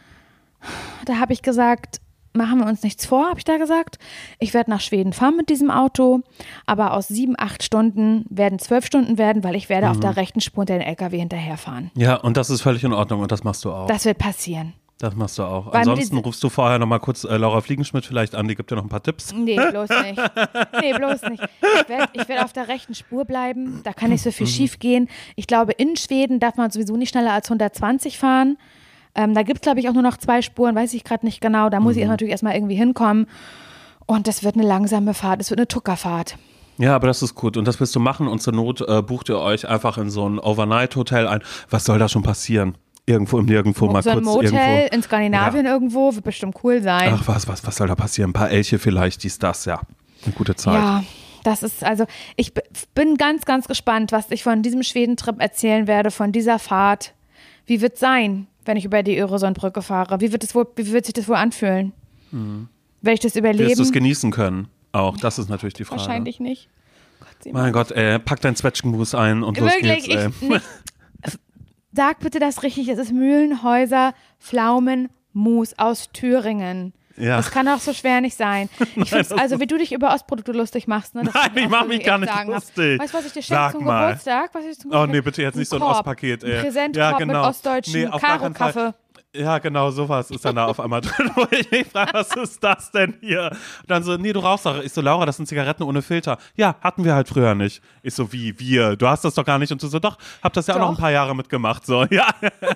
Da habe ich gesagt, machen wir uns nichts vor, habe ich da gesagt. Ich werde nach Schweden fahren mit diesem Auto, aber aus sieben, acht Stunden werden zwölf Stunden werden, weil ich werde mhm. auf der rechten Spur den L K W hinterherfahren. Ja, und das ist völlig in Ordnung und das machst du auch. Das wird passieren. Das machst du auch. Weil Ansonsten rufst du vorher nochmal kurz äh, Laura Fliegenschmidt vielleicht an, die gibt dir noch ein paar Tipps. Nee, bloß nicht. Nee, bloß nicht. Ich werde ich werd auf der rechten Spur bleiben, da kann nicht so viel mhm. schief gehen. Ich glaube, in Schweden darf man sowieso nicht schneller als hundertzwanzig fahren. Ähm, da gibt es, glaube ich, auch nur noch zwei Spuren, weiß ich gerade nicht genau. Da muss mhm. ich natürlich erstmal irgendwie hinkommen. Und das wird eine langsame Fahrt, es wird eine Tuckerfahrt. Ja, aber das ist gut. Und das willst du machen. Und zur Not äh, bucht ihr euch einfach in so ein Overnight-Hotel ein. Was soll da schon passieren? Irgendwo im Nirgendwo mal so kurz. So ein Motel irgendwo. in Skandinavien ja. irgendwo, wird bestimmt cool sein. Ach was, was, was soll da passieren? Ein paar Elche vielleicht, dies, das, ja. Eine gute Zeit. Ja. Das ist, also ich b- bin ganz, ganz gespannt, was ich von diesem Schwedentrip erzählen werde, von dieser Fahrt. Wie wird es sein, wenn ich über die Öresundbrücke fahre? Wie wird, es wohl, wie wird sich das wohl anfühlen? Mhm. Werde ich das überleben? Wirst du es genießen können? Auch, das ist natürlich die Frage. Wahrscheinlich nicht. Gott, mein Gott, ey, pack dein Zwetschgenmus ein und los Wirklich, geht's, ey. Ich, nicht, sag bitte das richtig, es ist Mühlenhäuser Pflaumenmus aus Thüringen. Ja. Das kann auch so schwer nicht sein. Ich Nein, also, wie du dich über Ostprodukte lustig machst. Ne, Nein, ich mache mich gar nicht lustig. Weißt du, was ich dir schenke zum mal. Geburtstag? Was ich zum Geburtstag? Oh nee, bitte jetzt nicht so ein Korb. Ostpaket. Ey. Ein Präsentkorb ja, genau. mit ostdeutschen nee, Karo-Kaffee. Ja, genau, sowas ist dann da auf einmal drin, wo ich mich frage, was ist das denn hier? Und dann so, nee, du rauchst doch. Ich so, Laura, das sind Zigaretten ohne Filter. Ja, hatten wir halt früher nicht. Ich so, wie, wir? Du hast das doch gar nicht. Und du so, doch, hab das ja auch Doch. noch ein paar Jahre mitgemacht. So, ja.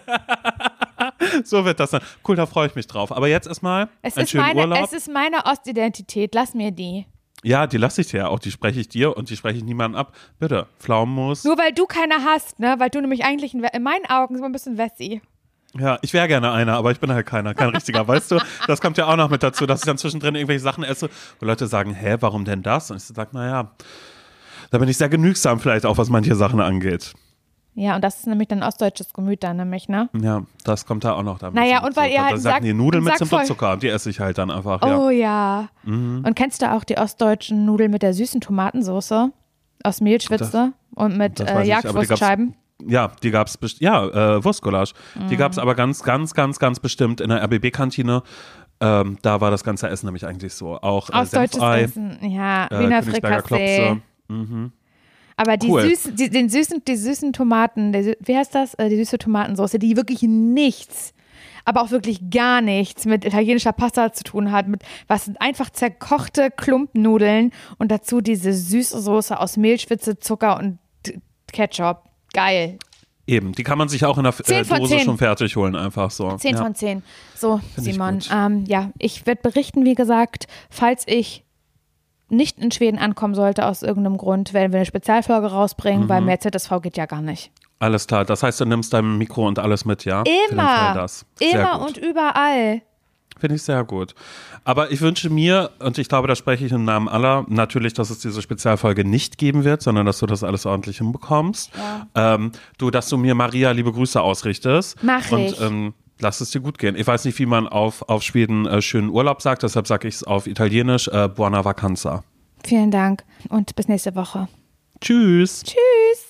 So wird das dann. Cool, da freue ich mich drauf. Aber jetzt erstmal Es einen ist, schönen meine, Urlaub. es ist meine Ostidentität, lass mir die. Ja, die lasse ich dir ja auch. Die spreche ich dir und die spreche ich niemandem ab. Bitte, Pflaumenmus. Nur weil du keine hast, ne? Weil du nämlich eigentlich, ein, in meinen Augen, so ein bisschen Wessi. Ja, ich wäre gerne einer, aber ich bin halt keiner, kein richtiger, weißt du? Das kommt ja auch noch mit dazu, dass ich dann zwischendrin irgendwelche Sachen esse, wo Leute sagen, hä, warum denn das? Und ich sage, naja, da bin ich sehr genügsam vielleicht auch, was manche Sachen angeht. Ja, und das ist nämlich dann ostdeutsches Gemüt dann nämlich, ne? Ja, das kommt da auch noch damit. Naja, und weil ihr halt Da sagen sagt- die Nudeln mit sagt Zimt voll- und Zucker, die esse ich halt dann einfach, ja. Oh ja. Mhm. Und kennst du auch die ostdeutschen Nudeln mit der süßen Tomatensauce aus Mehlschwitze und mit das äh, weiß ich, aber die gab's- Jagdwurstscheiben? Ja, die gab's, best- ja, äh, Wurstgulasch. Die Mhm. gab's aber ganz, ganz, ganz, ganz bestimmt in der R B B-Kantine. Ähm, da war das ganze Essen nämlich eigentlich so. Auch äh, Ostdeutsches Senfei, Essen, ja, äh, Wiener Königsberger Frikassee. Klopse. Mhm. Aber die, Cool. süßen, die, den süßen, die süßen Tomaten, der, sü- wie heißt das? Äh, Die süße Tomatensauce, die wirklich nichts, aber auch wirklich gar nichts mit italienischer Pasta zu tun hat, mit was sind einfach zerkochte Klumpnudeln und dazu diese süße Soße aus Mehlschwitze, Zucker und D- Ketchup. Geil. Eben, die kann man sich auch in der äh, Zehn von Dose zehn. schon fertig holen, einfach so. Zehn ja. von zehn. So, ich Simon. gut. Ähm, ja, ich werde berichten, wie gesagt, falls ich nicht in Schweden ankommen sollte aus irgendeinem Grund, werden wir eine Spezialfolge rausbringen, Mhm. weil mehr Z S V geht ja gar nicht. Alles klar, das heißt, du nimmst dein Mikro und alles mit, ja? Für den Fall Immer. das. Sehr Immer gut. und überall. Finde ich sehr gut. Aber ich wünsche mir, und ich glaube, da spreche ich im Namen aller, natürlich, dass es diese Spezialfolge nicht geben wird, sondern dass du das alles ordentlich hinbekommst. Ja. Ähm, du, dass du mir Maria liebe Grüße ausrichtest. Mach und, ich. Ähm, lass es dir gut gehen. Ich weiß nicht, wie man auf, auf Schweden äh, schönen Urlaub sagt, deshalb sage ich es auf Italienisch, äh, Buona Vacanza. Vielen Dank und bis nächste Woche. Tschüss. Tschüss.